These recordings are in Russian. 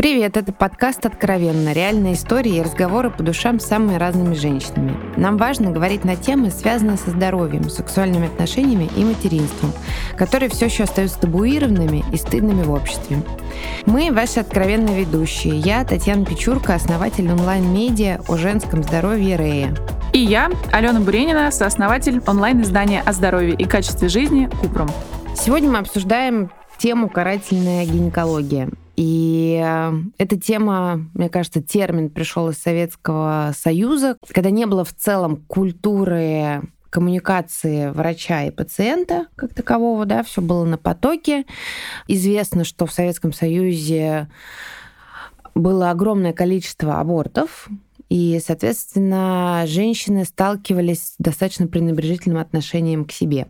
Привет, это подкаст «Откровенно». Реальные истории и разговоры по душам с самыми разными женщинами. Нам важно говорить на темы, связанные со здоровьем, сексуальными отношениями и материнством, которые все еще остаются табуированными и стыдными в обществе. Мы ваши откровенные ведущие. Я, Татьяна Печурка, основатель онлайн-медиа о женском здоровье Рея. И я, Алена Буренина, сооснователь онлайн-издания о здоровье и качестве жизни «Купрум». Сегодня мы обсуждаем тему «карательная гинекология». И эта тема, мне кажется, термин пришел из Советского Союза, когда не было в целом культуры коммуникации врача и пациента как такового, да, все было на потоке. Известно, что в Советском Союзе было огромное количество абортов, и, соответственно, женщины сталкивались с достаточно пренебрежительным отношением к себе.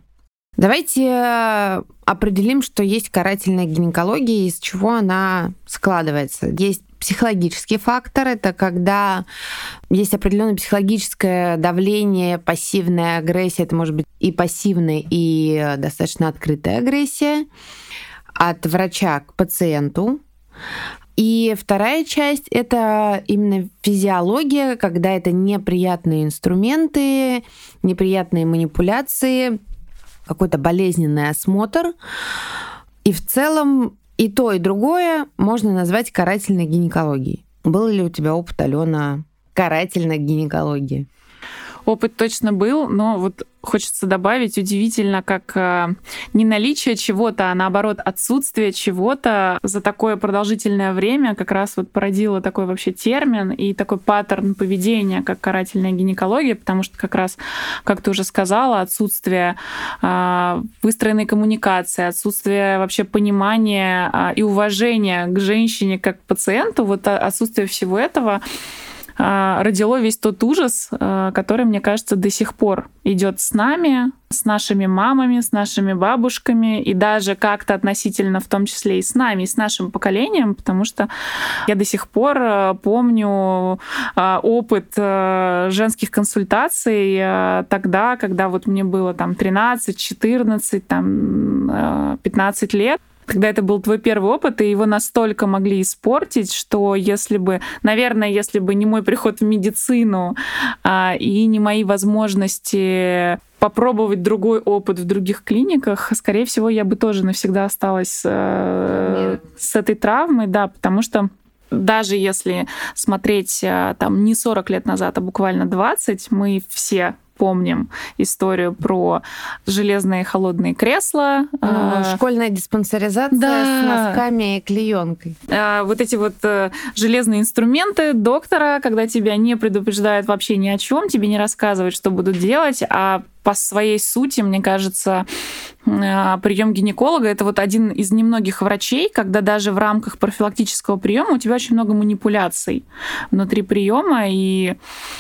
Давайте определим, что есть карательная гинекология, из чего она складывается. Есть психологический фактор, это когда есть определенное психологическое давление, пассивная агрессия, это может быть и пассивная, и достаточно открытая агрессия от врача к пациенту. И вторая часть — это именно физиология, когда это неприятные инструменты, неприятные манипуляции, какой-то болезненный осмотр. И в целом и то, и другое можно назвать карательной гинекологией. Был ли у тебя опыт, Алена, карательной гинекологии? Опыт точно был, но вот хочется добавить, удивительно, как не наличие чего-то, а наоборот отсутствие чего-то за такое продолжительное время как раз вот породило такой вообще термин и такой паттерн поведения, как карательная гинекология, потому что как раз, как ты уже сказала, отсутствие выстроенной коммуникации, отсутствие вообще понимания и уважения к женщине как к пациенту, вот отсутствие всего этого родило весь тот ужас, который, мне кажется, до сих пор идет с нами, с нашими мамами, с нашими бабушками, и даже как-то относительно, в том числе и с нами, и с нашим поколением, потому что я до сих пор помню опыт женских консультаций тогда, когда вот мне было там 13, 14, там 15 лет. Когда это был твой первый опыт, и его настолько могли испортить, что если бы не мой приход в медицину и не мои возможности попробовать другой опыт в других клиниках, скорее всего, я бы тоже навсегда осталась с этой травмой, да, потому что даже если смотреть там не 40 лет назад, а буквально 20, мы все помним историю про железные холодные кресла. Школьная диспансеризация, да, с носками и клеенкой. Вот эти вот железные инструменты доктора, когда тебя не предупреждают вообще ни о чем, тебе не рассказывают, что будут делать, а по своей сути, мне кажется, прием гинеколога — это вот один из немногих врачей, когда даже в рамках профилактического приема у тебя очень много манипуляций внутри приема, и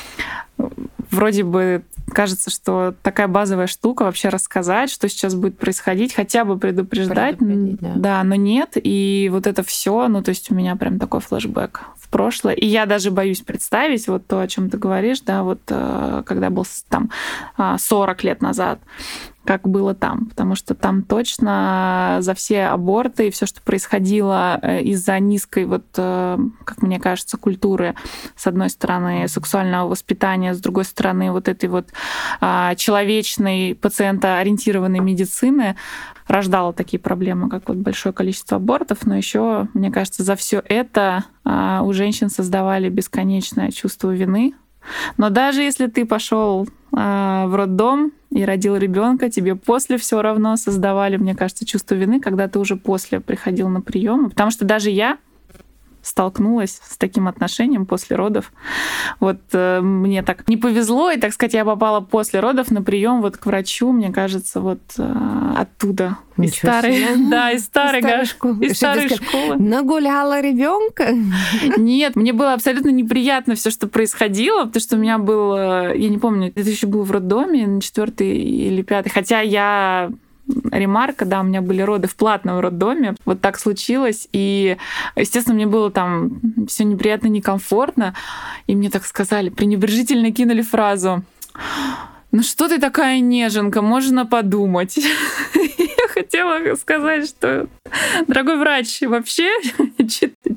вроде бы кажется, что такая базовая штука вообще рассказать, что сейчас будет происходить, хотя бы предупреждать, да, но нет. И вот это все, ну то есть у меня прям такой флешбэк в прошлое. И я даже боюсь представить вот то, о чем ты говоришь, да, вот когда был там 40 лет назад, как было там, потому что там точно за все аборты и все, что происходило из-за низкой, вот, как мне кажется, культуры, с одной стороны, сексуального воспитания, с другой стороны, вот этой вот человечной, пациентоориентированной медицины, рождало такие проблемы, как вот большое количество абортов, но еще, мне кажется, за все это у женщин создавали бесконечное чувство вины. Но даже если ты пошел в роддом и родил ребенка, тебе после все равно создавали, мне кажется, чувство вины, когда ты уже после приходил на прием. Потому что даже я столкнулась с таким отношением после родов. Вот мне так не повезло, и, так сказать, я попала после родов на прием вот к врачу, мне кажется, вот оттуда. Из старой школы. Нагуляла ребенка? Нет, мне было абсолютно неприятно все, что происходило, потому что у меня был, я не помню, это еще было в роддоме, на 4-й или 5-й, хотя я ремарка, да, у меня были роды в платном роддоме, вот так случилось, и, естественно, мне было там все неприятно, некомфортно, и мне так сказали, пренебрежительно кинули фразу: «Ну что ты такая неженка, можно подумать». Я хотела сказать, что, дорогой врач, вообще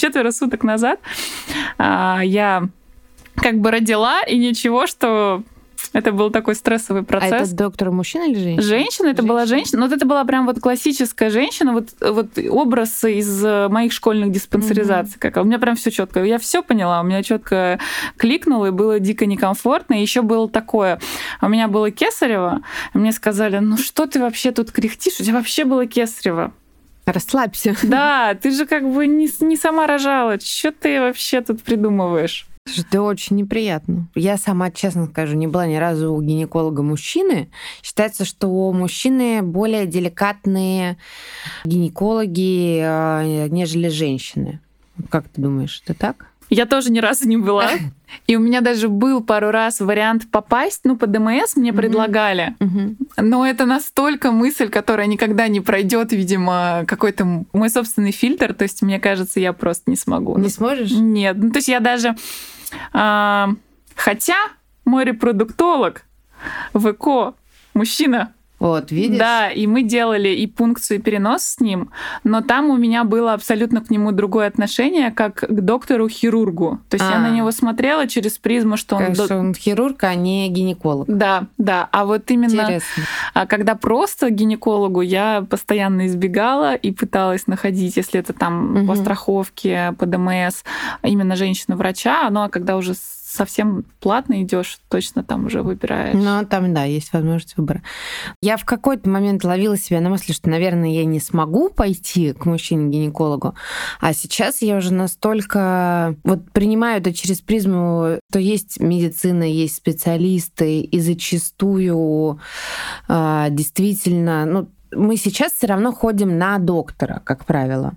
4 суток назад я как бы родила, и ничего, что это был такой стрессовый процесс. А это доктор мужчина или женщина? Женщина, это была женщина. Но вот это была прям вот классическая женщина, вот образ из моих школьных диспансеризаций. У меня прям все четко. Я все поняла, у меня четко кликнуло, и было дико некомфортно. И еще было такое. У меня было кесарево, и мне сказали: ну что ты вообще тут кряхтишь? У тебя вообще было кесарево. Расслабься. Да, ты же как бы не сама рожала. Что ты вообще тут придумываешь? Слушай, это очень неприятно. Я сама, честно скажу, не была ни разу у гинеколога мужчины. Считается, что мужчины более деликатные гинекологи, нежели женщины. Как ты думаешь, это так? Я тоже ни разу не была. И у меня даже был пару раз вариант попасть, по ДМС мне предлагали. Но это настолько мысль, которая никогда не пройдет, видимо, какой-то мой собственный фильтр. То есть, мне кажется, я просто не смогу. Не сможешь? Нет. То есть я даже... Хотя мой репродуктолог в ЭКО мужчина. Вот, видишь? Да, и мы делали и пункцию, и перенос с ним, но там у меня было абсолютно к нему другое отношение, как к доктору-хирургу. То есть я на него смотрела через призму, что он хирург, а не гинеколог. Да. А вот именно интересно. Когда просто к гинекологу, я постоянно избегала и пыталась находить, если это там по страховке, по ДМС, именно женщину-врача, а когда уже совсем платно идешь, точно там уже выбираешь. Ну, там, да, есть возможность выбора. Я в какой-то момент ловила себя на мысли, что, наверное, я не смогу пойти к мужчине-гинекологу, а сейчас я уже настолько принимаю это через призму, что есть медицина, есть специалисты, и зачастую действительно, мы сейчас все равно ходим на доктора, как правило.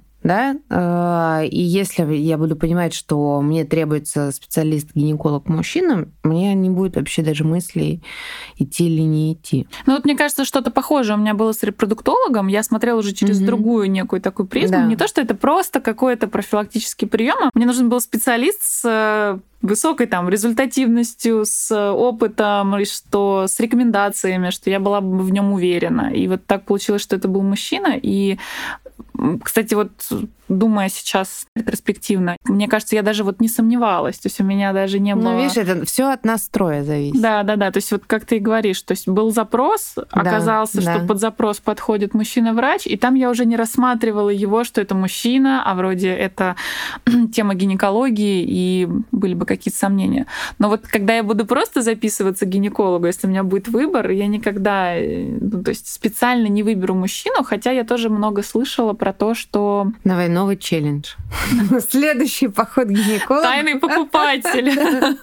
Да? И если я буду понимать, что мне требуется специалист-гинеколог мужчина, у меня не будет вообще даже мыслей, идти или не идти. Мне кажется, что-то похожее у меня было с репродуктологом. Я смотрела уже через другую некую такую призму. Да. Не то, что это просто какой-то профилактический прием. Мне нужен был специалист с высокой результативностью, с опытом, что с рекомендациями, что я была в нем уверена. И вот так получилось, что это был мужчина. И, кстати, думая сейчас ретроспективно, мне кажется, я даже не сомневалась. То есть у меня даже не было... видишь, это все от настроя зависит. Да. То есть как ты и говоришь, то есть был запрос, оказался, что под запрос подходит мужчина-врач, и там я уже не рассматривала его, что это мужчина, а вроде это тема гинекологии, и были бы какие-то сомнения. Но когда я буду просто записываться к гинекологу, если у меня будет выбор, я никогда то есть специально не выберу мужчину, хотя я тоже много слышала про то, что... Давай новый челлендж. Следующий поход к гинекологу. Тайный покупатель.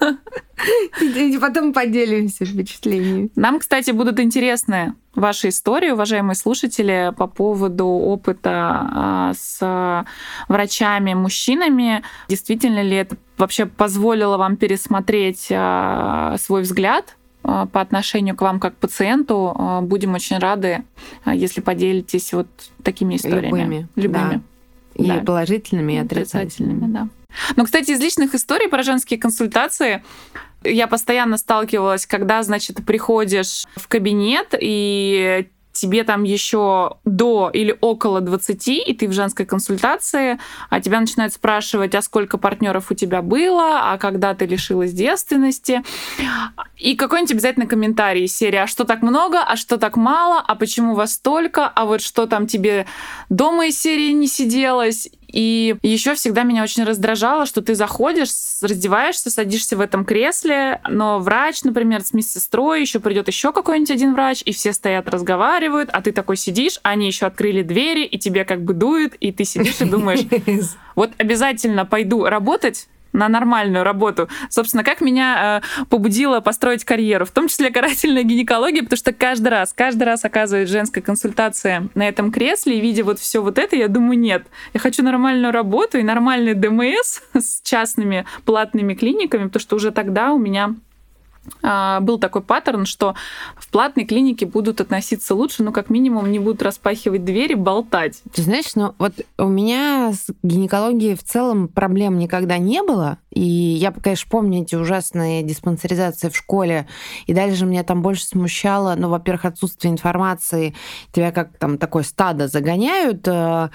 И потом поделимся впечатлениями. Нам, кстати, будут интересны ваши истории, уважаемые слушатели, по поводу опыта с врачами-мужчинами. Действительно ли это вообще позволило вам пересмотреть свой взгляд по отношению к вам как пациенту? Будем очень рады, если поделитесь такими историями. Любыми. Да. И положительными, и отрицательными. Да. Но, кстати, из личных историй про женские консультации я постоянно сталкивалась, когда, приходишь в кабинет, и тебе там еще до или около 20, и ты в женской консультации, а тебя начинают спрашивать, а сколько партнеров у тебя было, а когда ты лишилась девственности. И какой-нибудь обязательно комментарий из серии, а что так много, а что так мало, а почему вас столько, а что там тебе дома из серии не сиделось. И еще всегда меня очень раздражало, что ты заходишь, раздеваешься, садишься в этом кресле, но врач, например, с медсестрой, еще придет еще какой-нибудь один врач, и все стоят, разговаривают, а ты такой сидишь, они еще открыли двери, и тебе дует, и ты сидишь и думаешь, обязательно пойду работать на нормальную работу. Собственно, как меня побудило построить карьеру, в том числе карательная гинекология, потому что каждый раз оказывается женская консультация на этом кресле, и видя все это, я думаю, нет, я хочу нормальную работу и нормальный ДМС с частными платными клиниками, потому что уже тогда у меня был такой паттерн, что в платной клинике будут относиться лучше, но как минимум не будут распахивать двери, болтать. Ты знаешь, ну вот у меня с гинекологией в целом проблем никогда не было. И я, конечно, помню эти ужасные диспансеризации в школе. И дальше меня там больше смущало, ну, во-первых, отсутствие информации. Тебя как там такое стадо загоняют.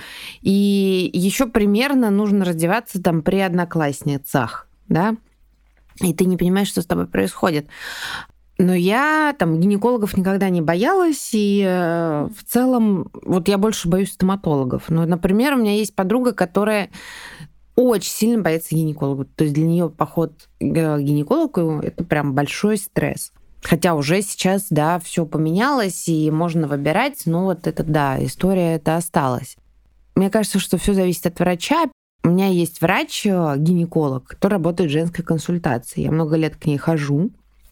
И еще примерно нужно раздеваться там при одноклассницах, да? И ты не понимаешь, что с тобой происходит. Но я там гинекологов никогда не боялась, и в целом вот я больше боюсь стоматологов. Ну, например, у меня есть подруга, которая очень сильно боится гинекологов. То есть для нее поход к гинекологу — это прям большой стресс. Хотя уже сейчас, да, все поменялось, и можно выбирать, но вот это, да, история эта осталась. Мне кажется, что все зависит от врача. У меня есть врач-гинеколог, который работает в женской консультации. Я много лет к ней хожу.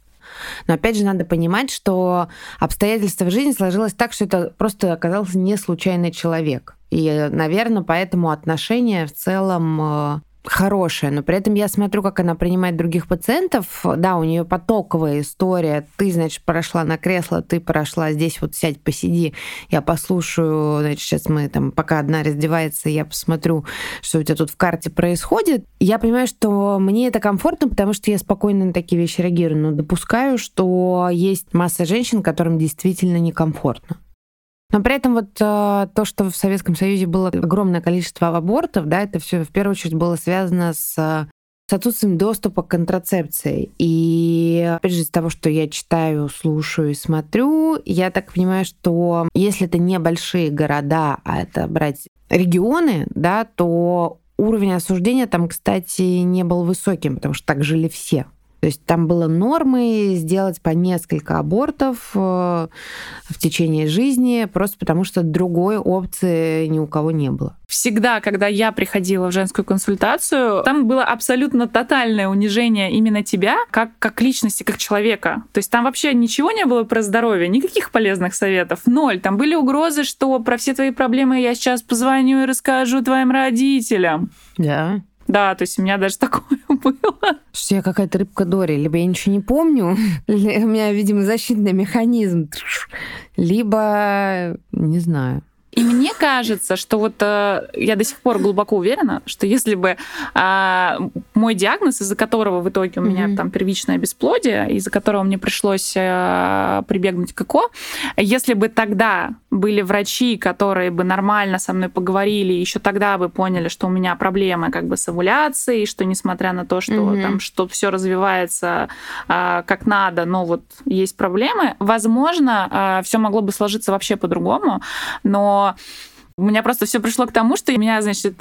Но опять же надо понимать, что обстоятельства в жизни сложилось так, что это просто оказался не случайный человек. И, наверное, поэтому отношения в целом хорошая, но при этом я смотрю, как она принимает других пациентов. Да, у нее потоковая история. Ты, значит, прошла на кресло, ты прошла здесь, вот сядь, посиди, я послушаю, значит, сейчас мы там, пока одна раздевается, я посмотрю, что у тебя тут в карте происходит. Я понимаю, что мне это комфортно, потому что я спокойно на такие вещи реагирую, но допускаю, что есть масса женщин, которым действительно некомфортно. Но при этом вот то, что в Советском Союзе было огромное количество абортов, да, это все в первую очередь было связано с отсутствием доступа к контрацепции. И опять же, из того, что я читаю, слушаю и смотрю, я так понимаю, что если это не большие города, а это брать регионы, да, то уровень осуждения там, кстати, не был высоким, потому что так жили все. То есть там было нормой сделать по несколько абортов в течение жизни, просто потому что другой опции ни у кого не было. Всегда, когда я приходила в женскую консультацию, там было абсолютно тотальное унижение именно тебя, как личности, как человека. То есть там вообще ничего не было про здоровье, никаких полезных советов, ноль. Там были угрозы, что про все твои проблемы я сейчас позвоню и расскажу твоим родителям. Да. Да, то есть у меня даже такое было. Что я какая-то рыбка Дори. Либо я ничего не помню, у меня, видимо, защитный механизм, либо не знаю. И мне кажется, что вот я до сих пор глубоко уверена, что если бы мой диагноз, из-за которого в итоге у меня там первичное бесплодие, из-за которого мне пришлось прибегнуть к ЭКО, если бы тогда были врачи, которые бы нормально со мной поговорили, еще тогда бы поняли, что у меня проблемы как бы с овуляцией, что несмотря на то, что там что все развивается как надо, но вот есть проблемы, возможно, все могло бы сложиться вообще по-другому, но у меня просто все пришло к тому, что у меня, значит,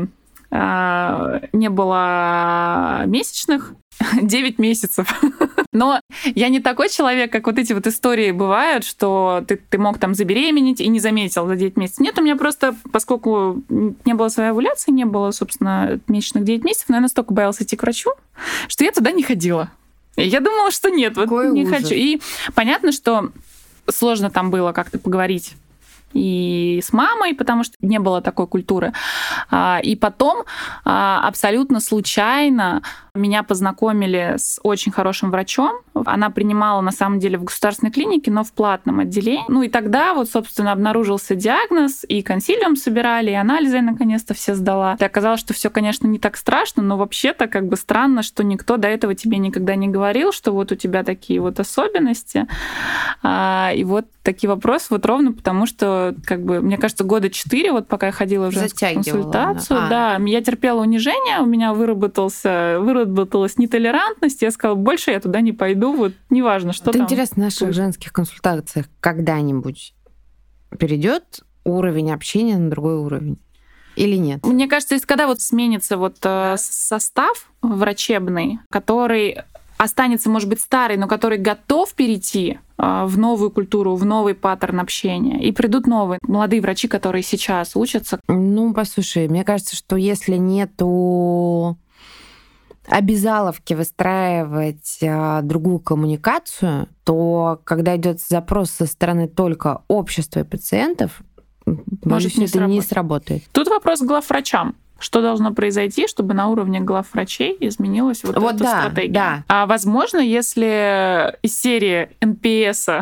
не было месячных 9 месяцев. Но я не такой человек, как вот эти вот истории бывают, что ты мог там забеременеть и не заметил за 9 месяцев. Нет, у меня просто, поскольку не было своей овуляции, не было, собственно, месячных 9 месяцев, но я настолько боялась идти к врачу, что я туда не ходила. Я думала, что нет, вот не хочу. И понятно, что сложно там было как-то поговорить и с мамой, потому что не было такой культуры. И потом абсолютно случайно меня познакомили с очень хорошим врачом. Она принимала, на самом деле, в государственной клинике, но в платном отделении. Ну и тогда вот, собственно, обнаружился диагноз, и консилиум собирали, и анализы я наконец-то все сдала. И оказалось, что все, конечно, не так страшно, но вообще-то как бы странно, что никто до этого тебе никогда не говорил, что вот у тебя такие вот особенности. И вот такие вопросы вот ровно потому, что, как бы, мне кажется, 4 года, вот пока я ходила в женскую консультацию, да, я терпела унижение, у меня выработалась нетолерантность, я сказала, больше я туда не пойду, вот неважно, что там. Интересно, в наших женских консультациях когда-нибудь перейдет уровень общения на другой уровень? Или нет? Мне кажется, когда вот сменится вот состав врачебный, который останется, может быть, старый, но который готов перейти в новую культуру, в новый паттерн общения, и придут новые молодые врачи, которые сейчас учатся. Ну, послушай, мне кажется, что если нету обязаловки выстраивать другую коммуникацию, то когда идет запрос со стороны только общества и пациентов, может, это не сработает. Тут вопрос к главврачам. Что должно произойти, чтобы на уровне главврачей изменилась вот эта стратегия? Да. А возможно, если из серии НПС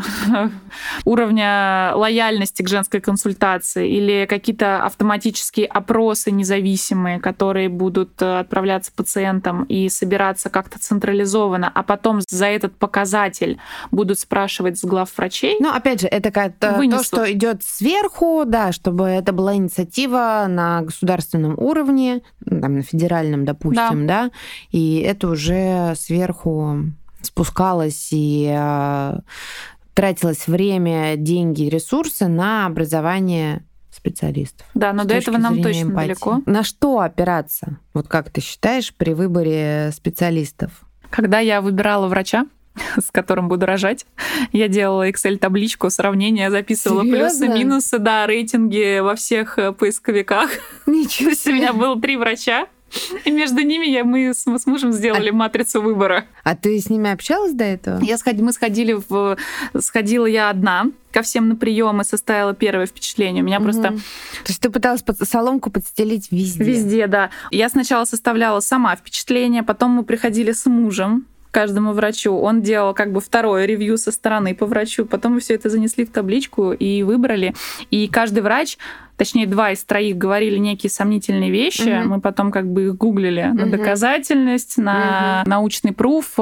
уровня лояльности к женской консультации или какие-то автоматические опросы независимые, которые будут отправляться пациентам и собираться как-то централизованно, а потом за этот показатель будут спрашивать с главврачей. Ну, опять же, это то, что идет сверху, да, чтобы это была инициатива на государственном уровне, там, на федеральном, допустим, да, и это уже сверху спускалось и тратилось время, деньги, ресурсы на образование специалистов. Да, но до этого нам точно далеко. На что опираться, вот как ты считаешь, при выборе специалистов? Когда я выбирала врача, с которым буду рожать, я делала Excel-табличку, сравнения, записывала плюсы-минусы, да, рейтинги во всех поисковиках. Ничего себе. То есть у меня было 3 врача, и между ними мы с мужем сделали матрицу выбора. А ты с ними общалась до этого? Сходила я одна ко всем на прием и составила первое впечатление. У меня просто... То есть ты пыталась соломку подстелить везде? Везде, да. Я сначала составляла сама впечатление, потом мы приходили с мужем к каждому врачу. Он делал как бы второе ревью со стороны по врачу. Потом мы все это занесли в табличку и выбрали. И каждый врач, точнее 2 из 3, говорили некие сомнительные вещи. Мы потом как бы их гуглили на доказательность, на научный пруф.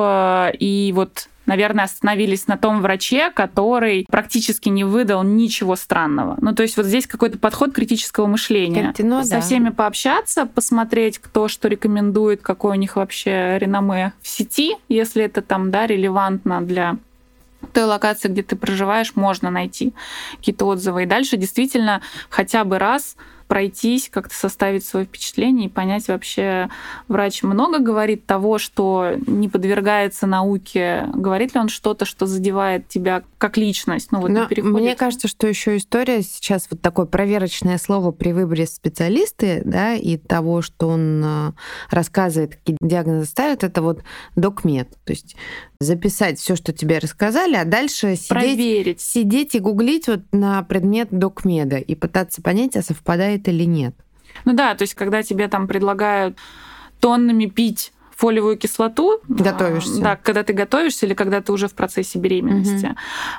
И вот, наверное, остановились на том враче, который практически не выдал ничего странного. Ну, то есть вот здесь какой-то подход критического мышления. Со всеми пообщаться, посмотреть, кто что рекомендует, какое у них вообще реноме в сети, если это там, да, релевантно для той локации, где ты проживаешь, можно найти какие-то отзывы. И дальше действительно хотя бы раз пройтись, как-то составить свое впечатление и понять вообще, врач много говорит того, что не подвергается науке, говорит ли он что-то, что задевает тебя как личность. Ну, вот мне кажется, что еще история сейчас вот такое проверочное слово при выборе специалиста, да, и того, что он рассказывает, какие диагнозы ставит, это вот докмед. То есть записать все, что тебе рассказали, а дальше сидеть и гуглить вот на предмет докмеда и пытаться понять, а совпадает или нет. Ну да, то есть когда тебе там предлагают тоннами пить фолиевую кислоту, готовишься. Да, когда ты готовишься или когда ты уже в процессе беременности,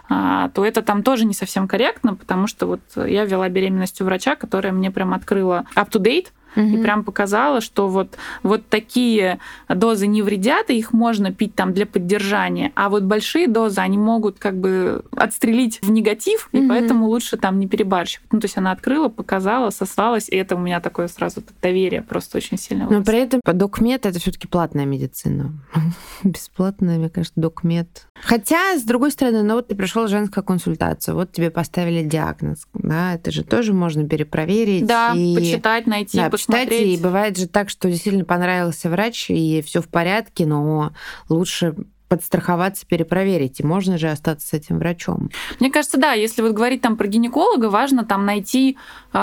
то это там тоже не совсем корректно, потому что вот я вела беременность у врача, которая мне прям открыла up-to-date, и прям показала, что вот такие дозы не вредят, и их можно пить там для поддержания, а вот большие дозы, они могут как бы отстрелить в негатив, и поэтому лучше там не перебарщивать. Ну, то есть она открыла, показала, сослалась, и это у меня такое сразу доверие просто очень сильно выросло. Но при этом докмед — это все-таки платная медицина. Бесплатная, мне кажется, докмед. Хотя, с другой стороны, ну вот ты пришел в женскую консультацию, вот тебе поставили диагноз, да, это же тоже можно перепроверить. Да, почитать, найти, посмотреть. И бывает же так, что действительно понравился врач, и все в порядке, но лучше подстраховаться, перепроверить, и можно же остаться с этим врачом. Мне кажется, да, если вот говорить там про гинеколога, важно там найти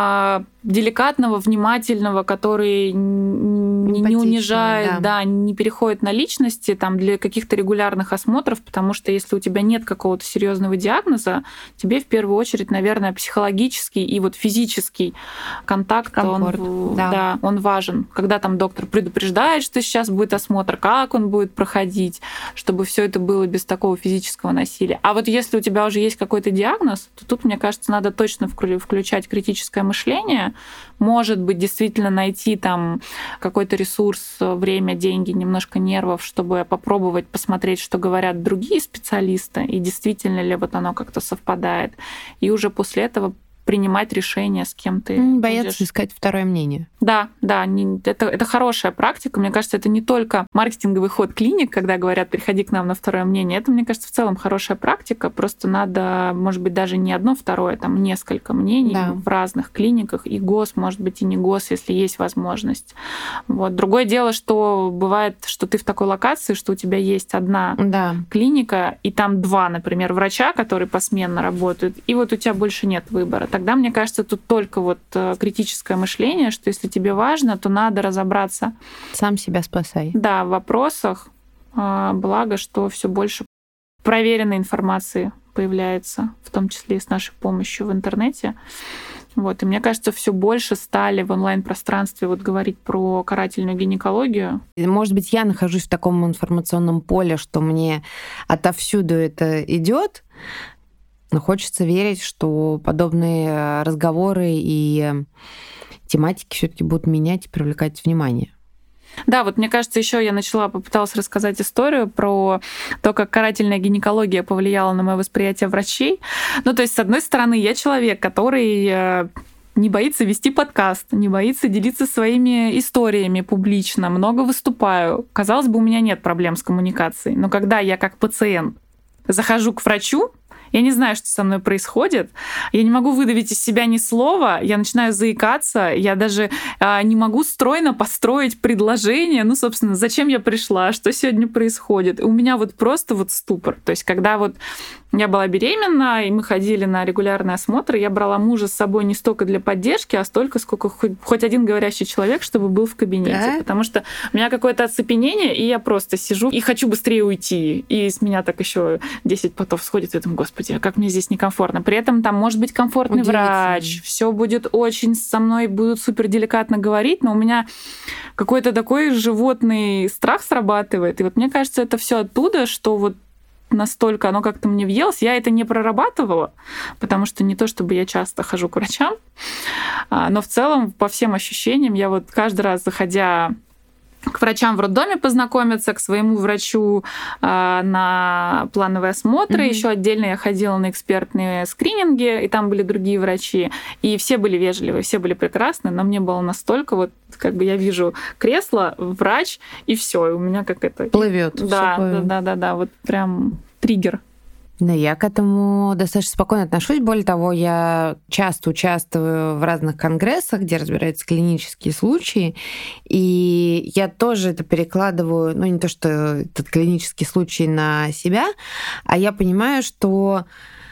деликатного, внимательного, который не унижает, да, не переходит на личности там, для каких-то регулярных осмотров, потому что если у тебя нет какого-то серьезного диагноза, тебе в первую очередь, наверное, психологический и вот физический контакт, он важен. Когда там доктор предупреждает, что сейчас будет осмотр, как он будет проходить, чтобы все это было без такого физического насилия. А вот если у тебя уже есть какой-то диагноз, то тут, мне кажется, надо точно включать критическое мышление. Может быть, действительно найти там какой-то ресурс, время, деньги, немножко нервов, чтобы попробовать посмотреть, что говорят другие специалисты, и действительно ли вот оно как-то совпадает. И уже после этого принимать решение, с кем ты бояться искать второе мнение. Да, это хорошая практика. Мне кажется, это не только маркетинговый ход клиник, когда говорят, приходи к нам на второе мнение. Это, мне кажется, в целом хорошая практика. Просто надо, может быть, даже не одно второе, там несколько мнений в разных клиниках. И ГОС, может быть, и не ГОС, если есть возможность. Вот. Другое дело, что бывает, что ты в такой локации, что у тебя есть одна клиника, и там 2, например, врача, которые посменно работают, и вот у тебя больше нет выбора. Тогда, мне кажется, тут только вот критическое мышление, что если тебе важно, то надо разобраться. Сам себя спасай. Да, в вопросах. Благо, что все больше проверенной информации появляется, в том числе и с нашей помощью в интернете. Вот. И мне кажется, все больше стали в онлайн-пространстве вот говорить про карательную гинекологию. Может быть, я нахожусь в таком информационном поле, что мне отовсюду это идет, но хочется верить, что подобные разговоры и тематики все-таки будут менять и привлекать внимание. Да, вот мне кажется, еще я попыталась рассказать историю про то, как карательная гинекология повлияла на мое восприятие врачей. Ну, то есть, с одной стороны, я человек, который не боится вести подкаст, не боится делиться своими историями публично, много выступаю. Казалось бы, у меня нет проблем с коммуникацией. Но когда я как пациент захожу к врачу, я не знаю, что со мной происходит. Я не могу выдавить из себя ни слова. Я начинаю заикаться. Я даже не могу стройно построить предложение. Ну, собственно, зачем я пришла? Что сегодня происходит? И у меня вот просто вот ступор. То есть, когда вот я была беременна, и мы ходили на регулярные осмотры, я брала мужа с собой не столько для поддержки, а столько, сколько хоть один говорящий человек, чтобы был в кабинете. Да? Потому что у меня какое-то оцепенение, и я просто сижу и хочу быстрее уйти. И с меня так еще 10 потов сходит, и я думаю, господи, как мне здесь некомфортно. При этом там может быть комфортный врач, все будет очень со мной, будут супер деликатно говорить, но у меня какой-то такой животный страх срабатывает. И вот мне кажется, это все оттуда, что вот настолько оно как-то мне въелось. Я это не прорабатывала, потому что не то, чтобы я часто хожу к врачам, но в целом, по всем ощущениям, я вот каждый раз, заходя к врачам в роддоме познакомиться, к своему врачу на плановые осмотры. Еще отдельно я ходила на экспертные скрининги, и там были другие врачи. И все были вежливые, все были прекрасны, но мне было настолько вот, как бы я вижу кресло, врач, и все, и у меня как это... Плывет. Да, вот прям триггер. Да, я к этому достаточно спокойно отношусь. Более того, я часто участвую в разных конгрессах, где разбираются клинические случаи, и я тоже это перекладываю, ну, не то, что этот клинический случай на себя, а я понимаю, что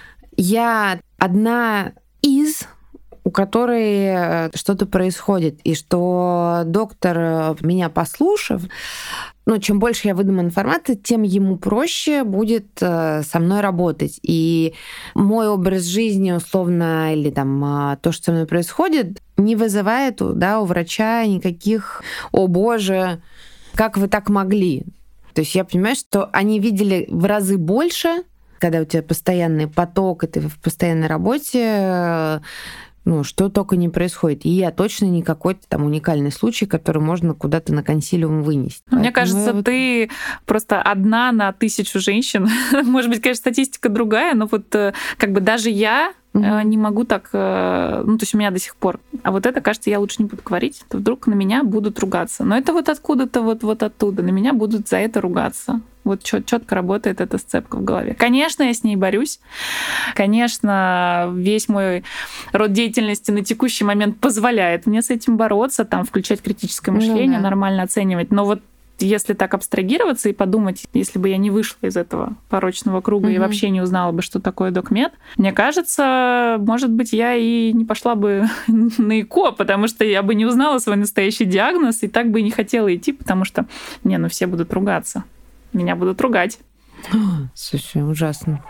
я одна из, у которой что-то происходит, и что доктор, меня послушав, чем больше я выдам информации, тем ему проще будет со мной работать. И мой образ жизни, условно, или там то, что со мной происходит, не вызывает у врача никаких «О, Боже, как вы так могли?». То есть я понимаю, что они видели в разы больше, когда у тебя постоянный поток, и ты в постоянной работе, что только не происходит. И я точно не какой-то там уникальный случай, который можно куда-то на консилиум вынести. Мне кажется, ты просто одна на 1000 женщин. Может быть, конечно, статистика другая, но вот как бы даже я не могу так... то есть у меня до сих пор. А вот это, кажется, я лучше не буду говорить, то вдруг на меня будут ругаться. Но это вот откуда-то, вот оттуда. На меня будут за это ругаться. Вот четко работает эта сцепка в голове. Конечно, я с ней борюсь. Конечно, весь мой род деятельности на текущий момент позволяет мне с этим бороться, там, включать критическое мышление, нормально оценивать. Но вот если так абстрагироваться и подумать, если бы я не вышла из этого порочного круга и вообще не узнала бы, что такое докмед, мне кажется, может быть, я и не пошла бы на ЭКО, потому что я бы не узнала свой настоящий диагноз и так бы и не хотела идти, потому что, все будут ругаться. Меня будут ругать. Слушай, ужасно.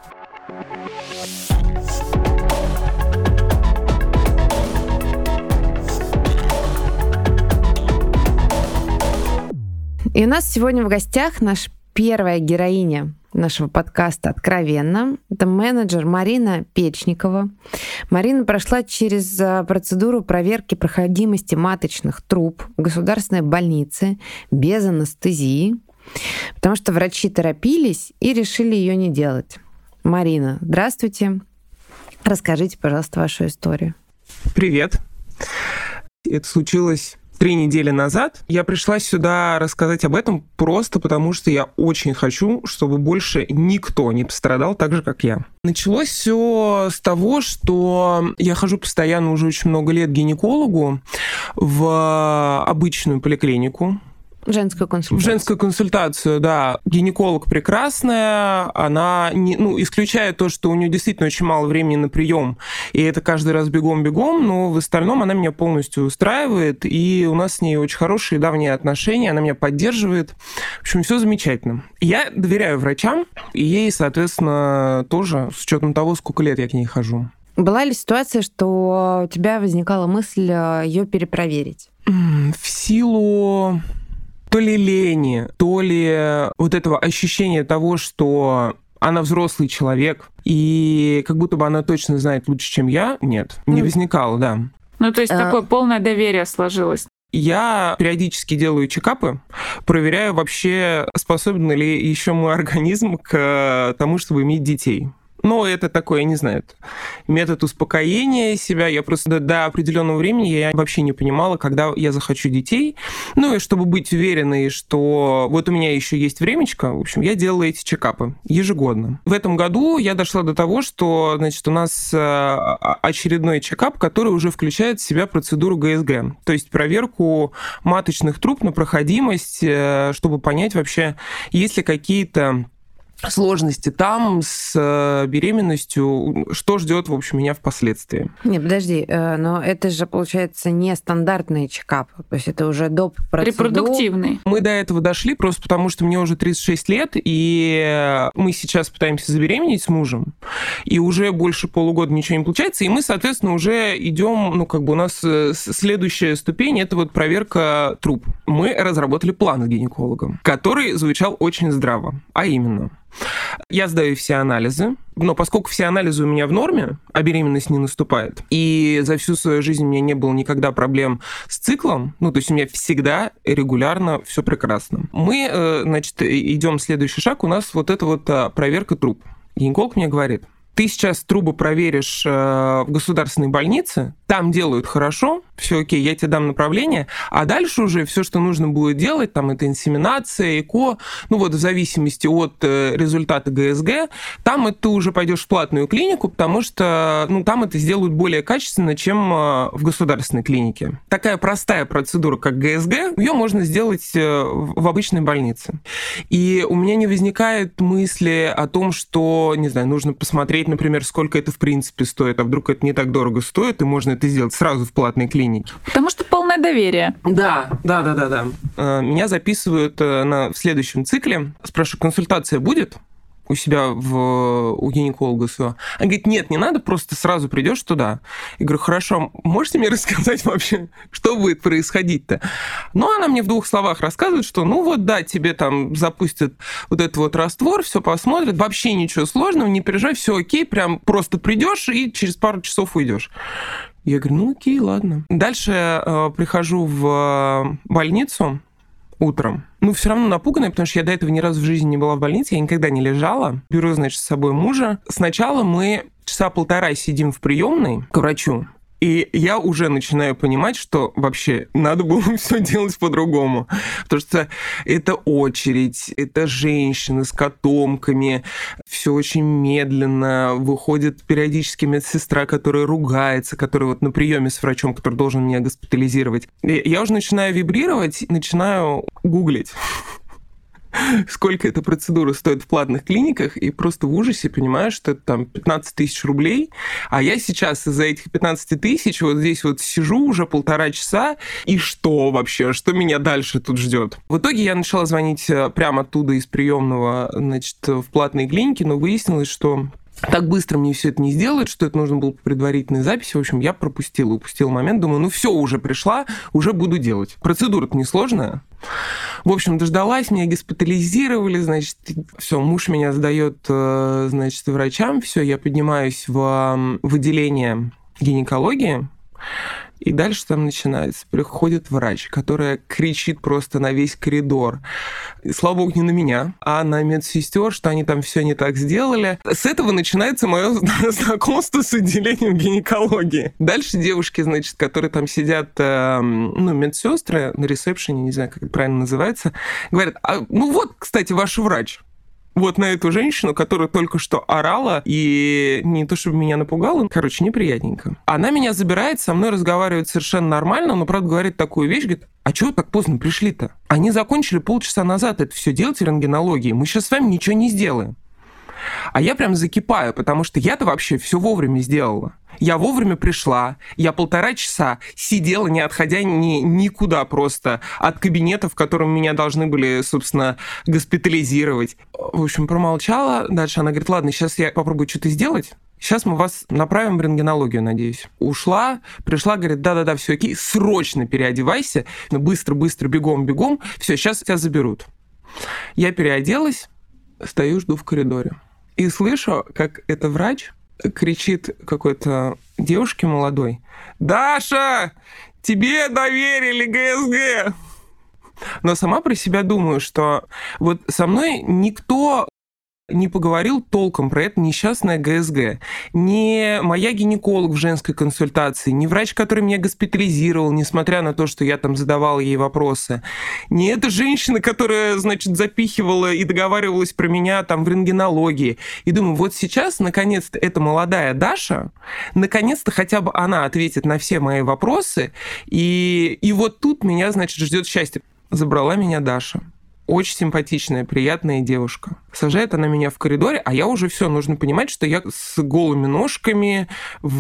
И у нас сегодня в гостях наша первая героиня нашего подкаста «Откровенно». Это менеджер Марина Печникова. Марина прошла через процедуру проверки проходимости маточных труб в государственной больнице без анестезии, потому что врачи торопились и решили ее не делать. Марина, здравствуйте. Расскажите, пожалуйста, вашу историю. Привет. Это случилось 3 недели назад. Я пришла сюда рассказать об этом просто потому, что я очень хочу, чтобы больше никто не пострадал так же, как я. Началось все с того, что я хожу постоянно уже очень много лет к гинекологу в обычную поликлинику. Женскую консультацию. В женскую консультацию, да. Гинеколог прекрасная, она, исключая то, что у нее действительно очень мало времени на прием, и это каждый раз бегом-бегом, но в остальном она меня полностью устраивает, и у нас с ней очень хорошие давние отношения, она меня поддерживает. В общем, все замечательно. Я доверяю врачам, и ей, соответственно, тоже, с учетом того, сколько лет я к ней хожу. Была ли ситуация, что у тебя возникала мысль ее перепроверить? В силу то ли лени, то ли вот этого ощущения того, что она взрослый человек, и как будто бы она точно знает лучше, чем я, нет, не возникало, да. Ну, то есть такое полное доверие сложилось. Я периодически делаю чекапы, проверяю вообще, способен ли еще мой организм к тому, чтобы иметь детей. Ну, это такой, я не знаю, метод успокоения себя. Я просто до определенного времени я вообще не понимала, когда я захочу детей. Ну, и чтобы быть уверенной, что вот у меня еще есть времечко, в общем, я делала эти чекапы ежегодно. В этом году я дошла до того, что, значит, у нас очередной чекап, который уже включает в себя процедуру ГСГ, то есть проверку маточных труб на проходимость, чтобы понять вообще, есть ли какие-то сложности там с беременностью, что ждет, в общем, меня впоследствии. Не, подожди, но это же, получается, не стандартный чекап, то есть это уже доп. Процедур. Репродуктивный. Мы до этого дошли просто потому, что мне уже 36 лет, и мы сейчас пытаемся забеременеть с мужем, и уже больше полугода ничего не получается, и мы, соответственно, уже идем, ну, как бы у нас следующая ступень — это вот проверка труб. Мы разработали план с гинекологом, который звучал очень здраво, а именно... Я сдаю все анализы, но поскольку все анализы у меня в норме, а беременность не наступает, и за всю свою жизнь у меня не было никогда проблем с циклом, ну, то есть у меня всегда регулярно все прекрасно. Мы, значит, идем следующий шаг, у нас вот эта вот проверка труб. Гинеколог мне говорит: ты сейчас трубы проверишь в государственной больнице, там делают хорошо, все окей, я тебе дам направление, а дальше уже все, что нужно будет делать, там это инсеминация, ЭКО, ну вот в зависимости от результата ГСГ, там ты уже пойдешь в платную клинику, потому что, ну, там это сделают более качественно, чем в государственной клинике. Такая простая процедура, как ГСГ, ее можно сделать в обычной больнице. И у меня не возникает мысли о том, что, не знаю, нужно посмотреть, например, сколько это в принципе стоит, а вдруг это не так дорого стоит, и можно это сделать сразу в платной клинике. Потому что полное доверие. Да. Меня записывают в следующем цикле. Спрашиваю, консультация будет у себя у гинеколога своего? Она говорит: нет, не надо, просто сразу придешь туда. Я говорю: хорошо, можете мне рассказать вообще, что будет происходить-то? Ну, она мне в 2 словах рассказывает, что, ну вот, да, тебе там запустят вот этот вот раствор, все посмотрят, вообще ничего сложного, не переживай, все окей, прям просто придешь и через пару часов уйдешь. Я говорю: ну окей, ладно. Дальше прихожу в больницу утром. Ну, все равно напуганная, потому что я до этого ни разу в жизни не была в больнице, я никогда не лежала. Беру, значит, с собой мужа. Сначала мы часа 1,5 сидим в приемной к врачу, и я уже начинаю понимать, что вообще надо было все делать по-другому. Потому что это очередь, это женщины с котомками, все очень медленно. Выходит периодически медсестра, которая ругается, которая вот на приеме с врачом, который должен меня госпитализировать. И я уже начинаю вибрировать, начинаю гуглить, сколько эта процедура стоит в платных клиниках, и просто в ужасе понимаю, что это там 15 тысяч рублей, а я сейчас из-за этих 15 тысяч вот здесь вот сижу уже 1,5 часа, и что вообще, что меня дальше тут ждет? В итоге я начала звонить прямо оттуда из приемного, значит, в платные клиники, но выяснилось, что так быстро мне все это не сделают, что это нужно было по предварительной записи. В общем, я упустил момент. Думаю, ну все, уже пришла, уже буду делать. Процедура-то несложная. В общем, дождалась, меня госпитализировали, значит, все, муж меня сдает, значит, врачам, все, я поднимаюсь в отделение гинекологии, и дальше там начинается. Приходит врач, которая кричит просто на весь коридор. И, слава богу, не на меня, а на медсестер, что они там все не так сделали. С этого начинается мое знакомство с отделением гинекологии. Дальше девушки, значит, которые там сидят, ну, медсестры на ресепшене, не знаю, как это правильно называется, говорят: ну вот, кстати, ваш врач. Вот на эту женщину, которая только что орала, и не то чтобы меня напугала, короче, неприятненько. Она меня забирает, со мной разговаривает совершенно нормально, но, правда, говорит такую вещь, говорит: а чего так поздно пришли-то? Они закончили полчаса назад это все делать в рентгенологии, мы сейчас с вами ничего не сделаем. А я прям закипаю, потому что я-то вообще все вовремя сделала. Я вовремя пришла, я 1,5 часа сидела, не отходя никуда просто от кабинета, в котором меня должны были, собственно, госпитализировать. В общем, промолчала. Дальше она говорит: ладно, сейчас я попробую что-то сделать. сейчас мы вас направим в рентгенологию, надеюсь. Ушла, пришла, говорит, да-да-да, все окей, срочно переодевайся, быстро-быстро, бегом-бегом, все, сейчас тебя заберут. Я переоделась, стою, жду в коридоре. И слышу, как эта врач кричит какой-то девушке молодой: «Даша, тебе доверили ГСГ!» Но сама про себя думаю, что вот со мной никто не поговорил толком про это несчастное ГСГ. Ни моя гинеколог в женской консультации, ни врач, который меня госпитализировал, несмотря на то, что я там задавал ей вопросы, ни эта женщина, которая, значит, запихивала и договаривалась про меня там в рентгенологии. И думаю, вот сейчас, наконец-то, эта молодая Даша, наконец-то хотя бы она ответит на все мои вопросы, и вот тут меня, значит, ждет счастье. Забрала меня Даша. Очень симпатичная, приятная девушка. Сажает она меня в коридоре, а я уже все, нужно понимать, что я с голыми ножками,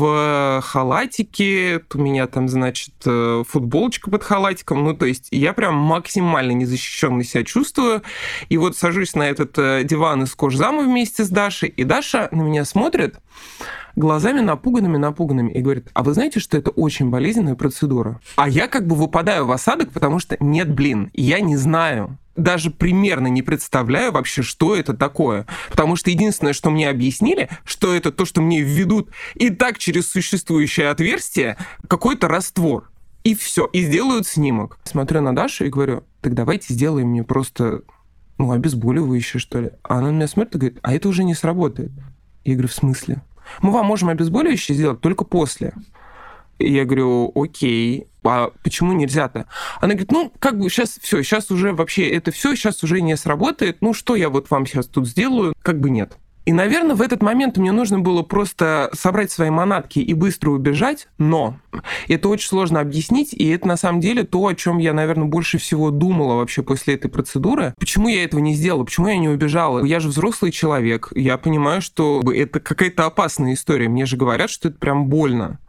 в халатике, у меня там, значит, футболочка под халатиком, ну, то есть я прям максимально незащищенно себя чувствую. И вот сажусь на этот диван из кожзама вместе с Дашей, и Даша на меня смотрит глазами напуганными и говорит: а вы знаете, что это очень болезненная процедура? А я как бы выпадаю в осадок, потому что нет, я не знаю. Даже примерно не представляю вообще, что это такое. Потому что единственное, что мне объяснили, что это то, что мне введут и так через существующее отверстие какой-то раствор. И все, и сделают снимок. Смотрю на Дашу и говорю: так давайте сделаем мне просто, обезболивающее, что ли. А она на меня смотрит и говорит: а это уже не сработает. Я говорю: в смысле? Мы вам можем обезболивающее сделать только после. И я говорю: окей, а почему нельзя-то? Она говорит: сейчас уже вообще это все сейчас уже не сработает, что я вот вам сейчас тут сделаю, нет. И, наверное, в этот момент мне нужно было просто собрать свои манатки и быстро убежать, но это очень сложно объяснить, и это на самом деле то, о чем я, наверное, больше всего думала вообще после этой процедуры. Почему я этого не сделала? Почему я не убежала? Я же взрослый человек, я понимаю, что это какая-то опасная история, мне же говорят, что это прям больно.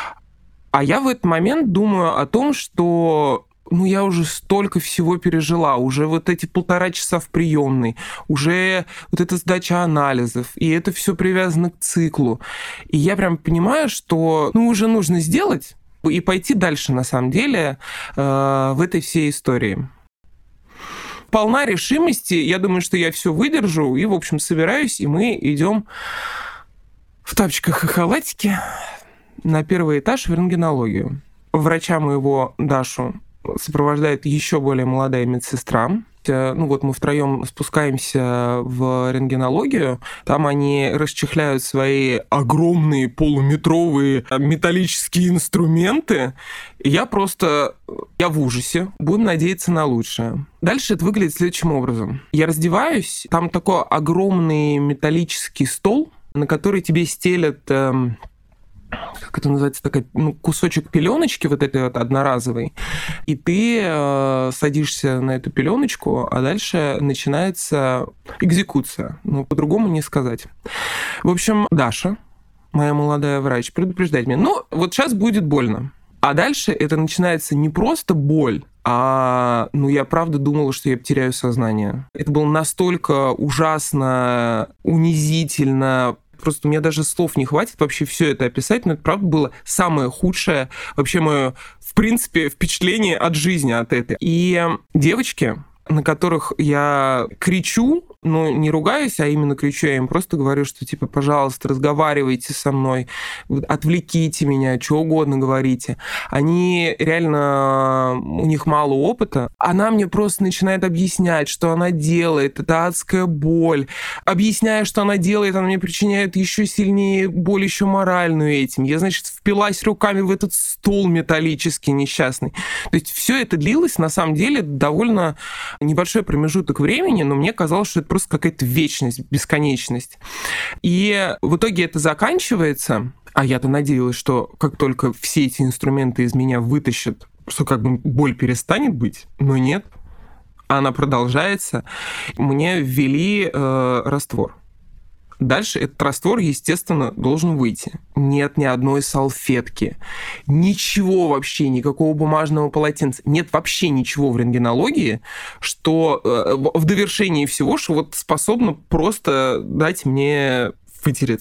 А я в этот момент думаю о том, что я уже столько всего пережила, уже вот эти 1,5 часа в приемной, уже вот эта сдача анализов, и это все привязано к циклу. И я прям понимаю, что уже нужно сделать и пойти дальше, на самом деле, в этой всей истории. Полна решимости, я думаю, что я все выдержу, и, в общем, собираюсь, и мы идем в тапочках и халатике на первый этаж в рентгенологию. Врача моего Дашу сопровождает еще более молодая медсестра. Мы втроем спускаемся в рентгенологию. Там они расчехляют свои огромные полуметровые металлические инструменты. И я в ужасе. Будем надеяться на лучшее. Дальше это выглядит следующим образом. Я раздеваюсь. Там такой огромный металлический стол, на который тебе стелят... как это называется, такой кусочек пеленочки вот этой вот одноразовой, и ты садишься на эту пеленочку, а дальше начинается экзекуция. По-другому не сказать. В общем, Даша, моя молодая врач, предупреждает меня: вот сейчас будет больно. А дальше это начинается не просто боль, а я правда думала, что я потеряю сознание. Это было настолько ужасно, унизительно. Просто у меня даже слов не хватит вообще все это описать, но это, правда, было самое худшее вообще мое, в принципе, впечатление от жизни от этой. И девочки, на которых я кричу, не ругаюсь, а именно кричу, я им просто говорю, что, пожалуйста, разговаривайте со мной, отвлеките меня, что угодно говорите. Они реально, у них мало опыта. Она мне просто начинает объяснять, что она делает, это адская боль. Объясняя, что она делает, она мне причиняет еще сильнее боль, еще моральную этим. Я, впилась руками в этот стол металлический несчастный. То есть все это длилось, на самом деле, довольно небольшой промежуток времени, но мне казалось, что это просто какая-то вечность, бесконечность. И в итоге это заканчивается, а я-то надеялась, что как только все эти инструменты из меня вытащат, что боль перестанет быть, но нет. Она продолжается. Мне ввели раствор. Дальше этот раствор, естественно, должен выйти. Нет ни одной салфетки, ничего вообще, никакого бумажного полотенца. Нет вообще ничего в рентгенологии, что в довершении всего, что способно просто дать мне вытереться.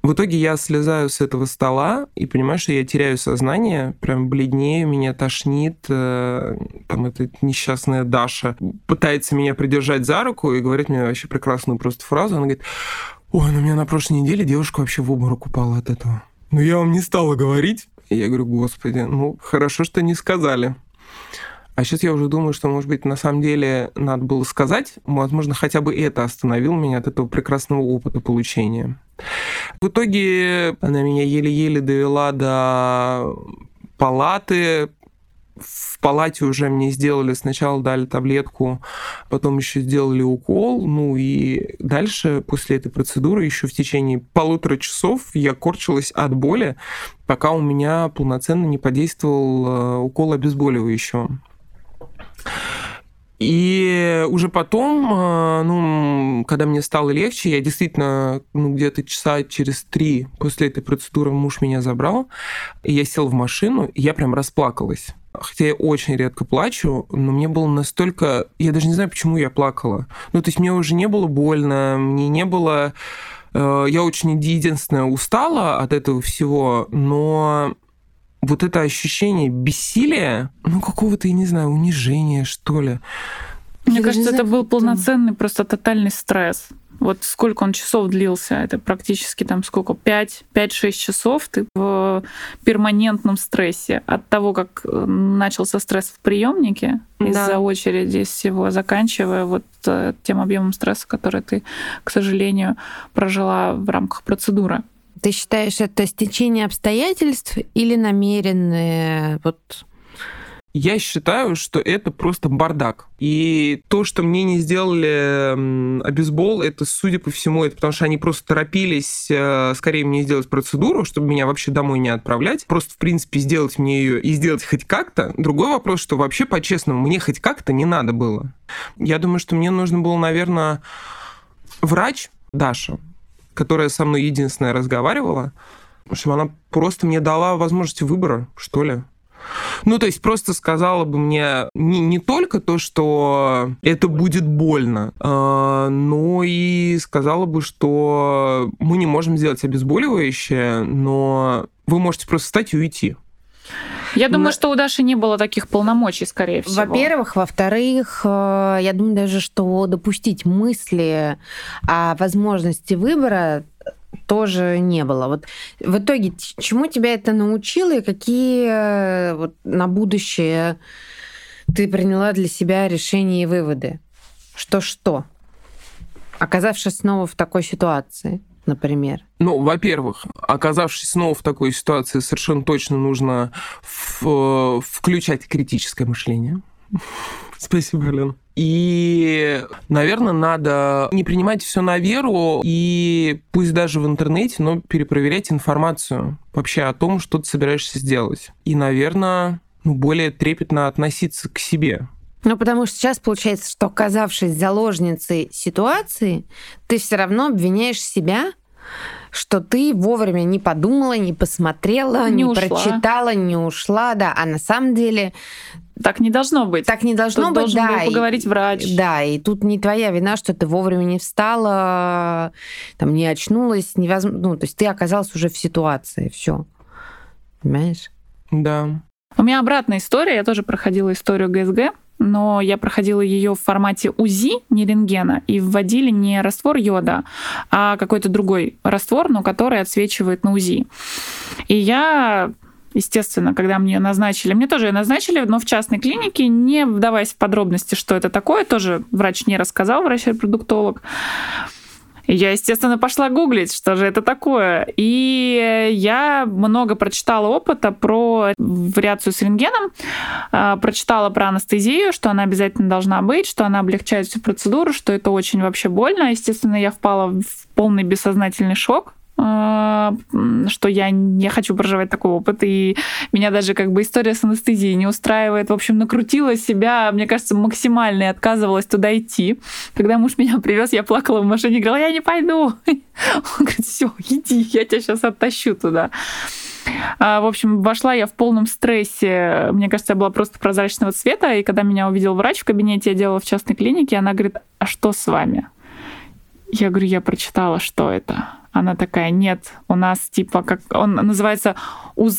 В итоге я слезаю с этого стола и понимаю, что я теряю сознание, прям бледнею, меня тошнит. Там эта несчастная Даша пытается меня придержать за руку и говорит мне вообще прекрасную просто фразу. Она говорит: ой, ну у меня на прошлой неделе девушка вообще в обморок упала от этого. Ну я вам не стала говорить. И я говорю: господи, ну хорошо, что не сказали. А сейчас я уже думаю, что, может быть, на самом деле надо было сказать. Возможно, хотя бы это остановило меня от этого прекрасного опыта получения. В итоге она меня еле-еле довела до палаты. В палате уже мне сделали, сначала дали таблетку, потом еще сделали укол. Ну и дальше, после этой процедуры, еще в течение 1,5 часа я корчилась от боли, пока у меня полноценно не подействовал укол обезболивающего. И уже потом, когда мне стало легче, я действительно, где-то часа через 3 после этой процедуры муж меня забрал, и я сел в машину, и я прям расплакалась. Хотя я очень редко плачу, но мне было настолько... Я даже не знаю, почему я плакала. То есть мне уже не было больно, мне не было... Я очень, единственное, устала от этого всего, но... Вот это ощущение бессилия, какого-то, я не знаю, унижения, что ли. Мне кажется, это был полноценный просто тотальный стресс. Вот сколько он часов длился, это практически там сколько, 5-6 часов ты в перманентном стрессе. От того, как начался стресс в приемнике из-за очереди, из всего, заканчивая вот тем объемом стресса, который ты, к сожалению, прожила в рамках процедуры. Ты считаешь, это стечение обстоятельств или намеренное? Я считаю, что это просто бардак. И то, что мне не сделали обезбол, это, судя по всему, это потому что они просто торопились скорее мне сделать процедуру, чтобы меня вообще домой не отправлять. Просто, в принципе, сделать мне ее и сделать хоть как-то. Другой вопрос, что вообще, по-честному, мне хоть как-то не надо было. Я думаю, что мне нужно было, наверное, врач Даша, которая со мной единственная разговаривала, чтобы она просто мне дала возможность выбора, что ли. То есть просто сказала бы мне не только то, что это будет больно, но и сказала бы, что мы не можем сделать обезболивающее, но вы можете просто встать и уйти. Я думаю, что у Даши не было таких полномочий, скорее всего. Во-первых. Во-вторых, я думаю даже, что допустить мысли о возможности выбора тоже не было. В итоге, чему тебя это научило и какие на будущее ты приняла для себя решения и выводы? Что? Оказавшись снова в такой ситуации, например. Во-первых, оказавшись снова в такой ситуации, совершенно точно нужно включать критическое мышление. Спасибо, Алена. И, наверное, надо не принимать все на веру и пусть даже в интернете, но перепроверять информацию вообще о том, что ты собираешься сделать. И, наверное, более трепетно относиться к себе. Потому что сейчас получается, что, оказавшись заложницей ситуации, ты все равно обвиняешь себя, что ты вовремя не подумала, не посмотрела, не прочитала, не ушла, а на самом деле... Так не должно быть. Так не должно тут быть, должен был поговорить врач. Да, и тут не твоя вина, что ты вовремя не встала, не очнулась, то есть ты оказалась уже в ситуации, все, понимаешь? Да. У меня обратная история, я тоже проходила историю ГСГ, но я проходила ее в формате УЗИ, не рентгена, и вводили не раствор йода, а какой-то другой раствор, но который отсвечивает на УЗИ. И я... Естественно, когда мне тоже ее назначили, но в частной клинике, не вдаваясь в подробности, что это такое, тоже врач не рассказал, врач-репродуктолог. И я, естественно, пошла гуглить, что же это такое. И я много прочитала опыта про вариацию с рентгеном, прочитала про анестезию, что она обязательно должна быть, что она облегчает всю процедуру, что это очень вообще больно. Естественно, я впала в полный бессознательный шок, что я не хочу проживать такой опыт, и меня даже история с анестезией не устраивает. В общем, накрутила себя, мне кажется, максимально и отказывалась туда идти. Когда муж меня привез, я плакала в машине, говорила: я не пойду. Он говорит: все, иди, я тебя сейчас оттащу туда. В общем, вошла я в полном стрессе. Мне кажется, я была просто прозрачного цвета, и когда меня увидел врач в кабинете, я делала в частной клинике, она говорит: а что с вами? Я говорю: я прочитала, что это. Она такая: нет, у нас типа, как он называется, УЗ,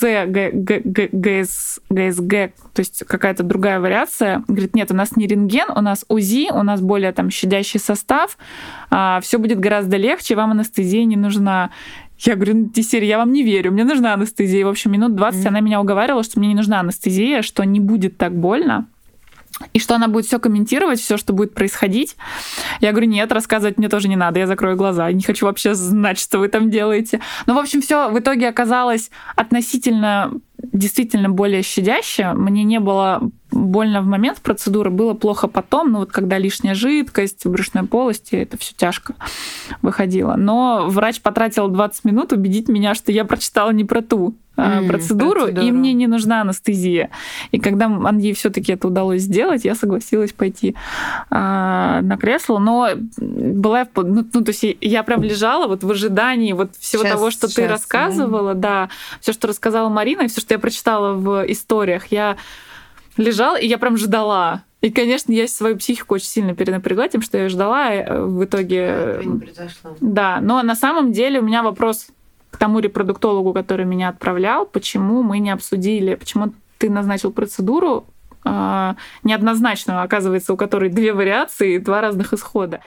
ГСГ, то есть какая-то другая вариация. Говорит: нет, у нас не рентген, у нас УЗИ, у нас более там щадящий состав, все будет гораздо легче, вам анестезия не нужна. Я говорю: Тисерь, я вам не верю, мне нужна анестезия. В общем, минут 20 она меня уговаривала, что мне не нужна анестезия, что не будет так больно, и что она будет все комментировать, все, что будет происходить. Я говорю: нет, рассказывать мне тоже не надо, я закрою глаза, не хочу вообще знать, что вы там делаете. Ну, в общем, все в итоге оказалось относительно действительно более щадяще. Мне не было больно в момент процедуры, было плохо потом, ну вот когда лишняя жидкость в брюшной полости, это все тяжко выходило. Но врач потратил 20 минут убедить меня, что я прочитала не про ту процедуру, и мне не нужна анестезия. И когда ей все-таки это удалось сделать, я согласилась пойти на кресло. Но была, то есть я прям лежала вот в ожидании вот всего того, что ты рассказывала, да, все, что рассказала Марина, и все, что я прочитала в историях, я лежала, и я прям ждала. И, конечно, я свою психику очень сильно перенапрягла тем, что я ждала, и в итоге... не произошло. Да, но на самом деле у меня вопрос к тому репродуктологу, который меня отправлял: почему мы не обсудили, почему ты назначил процедуру неоднозначную, оказывается, у которой 2 вариации и 2 разных исхода.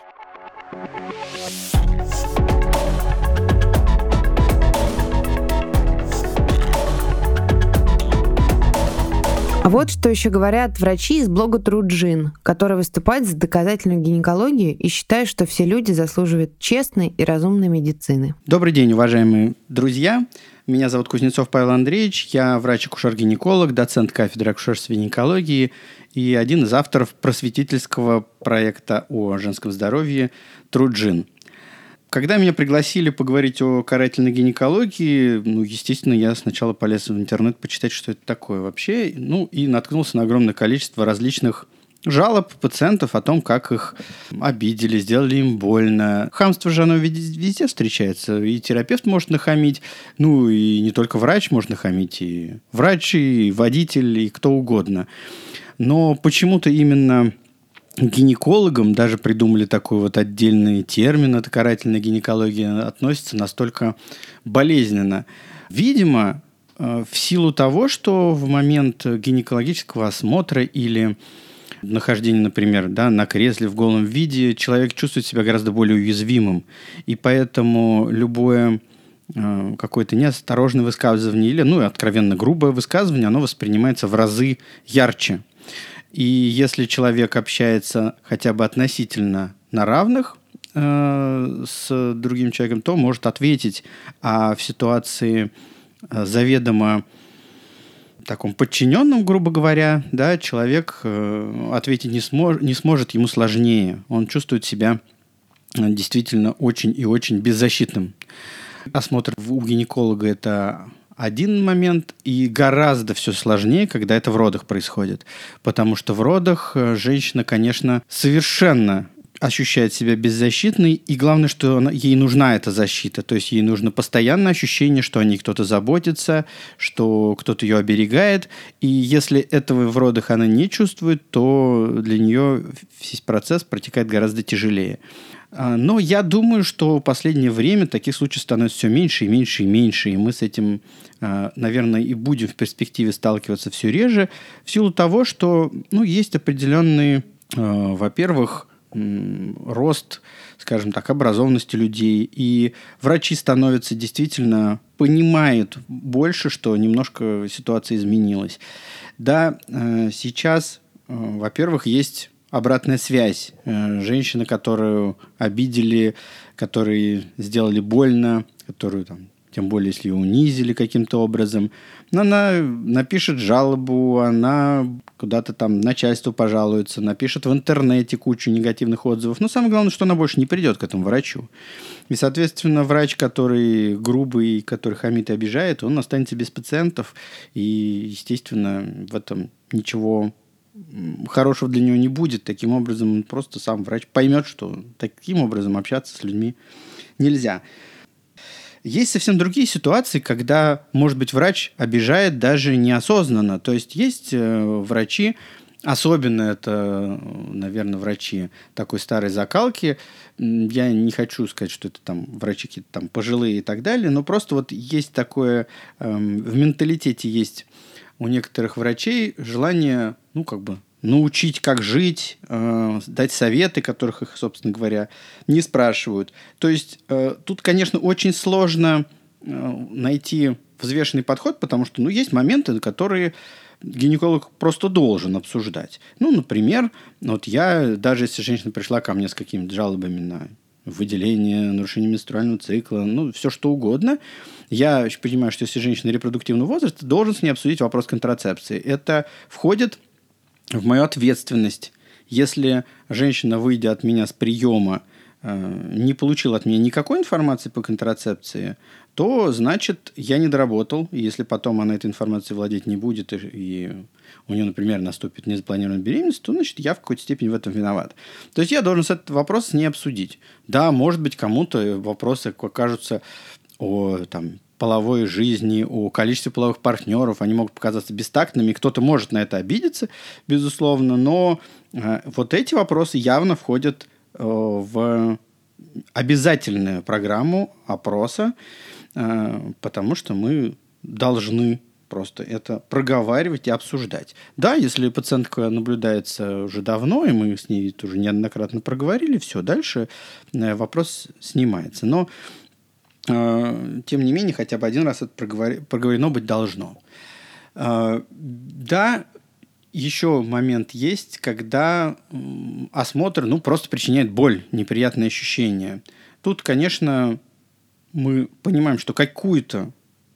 А вот что еще говорят врачи из блога Труджин, который выступает за доказательную гинекологию и считает, что все люди заслуживают честной и разумной медицины. Добрый день, уважаемые друзья. Меня зовут Кузнецов Павел Андреевич. Я врач-акушер-гинеколог, доцент кафедры акушерства и гинекологии и один из авторов просветительского проекта о женском здоровье «Труджин». Когда меня пригласили поговорить о карательной гинекологии, естественно, я сначала полез в интернет почитать, что это такое вообще, и наткнулся на огромное количество различных жалоб пациентов о том, как их обидели, сделали им больно. Хамство же оно везде встречается. И терапевт может нахамить, и не только врач может нахамить, и врач, и водитель, и кто угодно. Но почему-то именно гинекологам даже придумали такой вот отдельный термин, это карательная гинекология, относится настолько болезненно. Видимо, в силу того, что в момент гинекологического осмотра или нахождения, например, на кресле в голом виде, человек чувствует себя гораздо более уязвимым. И поэтому любое какое-то неосторожное высказывание или, откровенно грубое высказывание, оно воспринимается в разы ярче. И если человек общается хотя бы относительно на равных с другим человеком, то может ответить, а в ситуации заведомо таком подчиненном, грубо говоря, человек ответить не сможет, ему сложнее. Он чувствует себя действительно очень и очень беззащитным. Осмотр у гинеколога – это один момент, и гораздо все сложнее, когда это в родах происходит. Потому что в родах женщина, конечно, совершенно ощущает себя беззащитной, и главное, что ей нужна эта защита. То есть ей нужно постоянное ощущение, что о ней кто-то заботится, что кто-то ее оберегает. И если этого в родах она не чувствует, то для нее весь процесс протекает гораздо тяжелее. Но я думаю, что в последнее время таких случаев становится все меньше и меньше и меньше, и мы с этим, наверное, и будем в перспективе сталкиваться все реже, в силу того, что есть определенный, во-первых, рост, скажем так, образованности людей, и врачи становятся действительно, понимают больше, что немножко ситуация изменилась. Да, сейчас, во-первых, есть обратная связь. Женщина, которую обидели, которые сделали больно, которую тем более, если ее унизили каким-то образом, она напишет жалобу, она куда-то начальству пожалуется, напишет в интернете кучу негативных отзывов. Но самое главное, что она больше не придет к этому врачу. И, соответственно, врач, который грубый, который хамит и обижает, он останется без пациентов. И, естественно, в этом ничего хорошего для него не будет. Таким образом, просто сам врач поймет, что таким образом общаться с людьми нельзя. Есть совсем другие ситуации, когда, может быть, врач обижает даже неосознанно. То есть врачи, Особенно это, наверное, врачи такой старой закалки. Я не хочу сказать, что это там врачи какие-то там пожилые и так далее, но просто вот есть такое, в менталитете есть у некоторых врачей желание, научить, как жить, дать советы, которых их, собственно говоря, не спрашивают. То есть тут, конечно, очень сложно найти взвешенный подход, потому что, есть моменты, которые гинеколог просто должен обсуждать. Например, я, даже если женщина пришла ко мне с какими-то жалобами на выделение, нарушение менструального цикла, все что угодно, я понимаю, что если женщина репродуктивного возраста, должен с ней обсудить вопрос контрацепции. Это входит в мою ответственность. Если женщина, выйдя от меня с приема, не получила от меня никакой информации по контрацепции, то, значит, я не доработал. И если потом она этой информацией владеть не будет, и у нее, например, наступит незапланированная беременность, то, значит, я в какой-то степени в этом виноват. То есть я должен этот вопрос с ней обсудить. Да, может быть, кому-то вопросы кажутся о половой жизни, о количестве половых партнеров, они могут показаться бестактными, кто-то может на это обидеться, безусловно, но вот эти вопросы явно входят в обязательную программу опроса, потому что мы должны просто это проговаривать и обсуждать. Да, если пациентка наблюдается уже давно, и мы с ней уже неоднократно проговорили, все, дальше вопрос снимается. Но, тем не менее, хотя бы один раз это проговорено быть должно. Да, еще момент есть, когда осмотр просто причиняет боль, неприятные ощущения. Тут, конечно, мы понимаем, что какую-то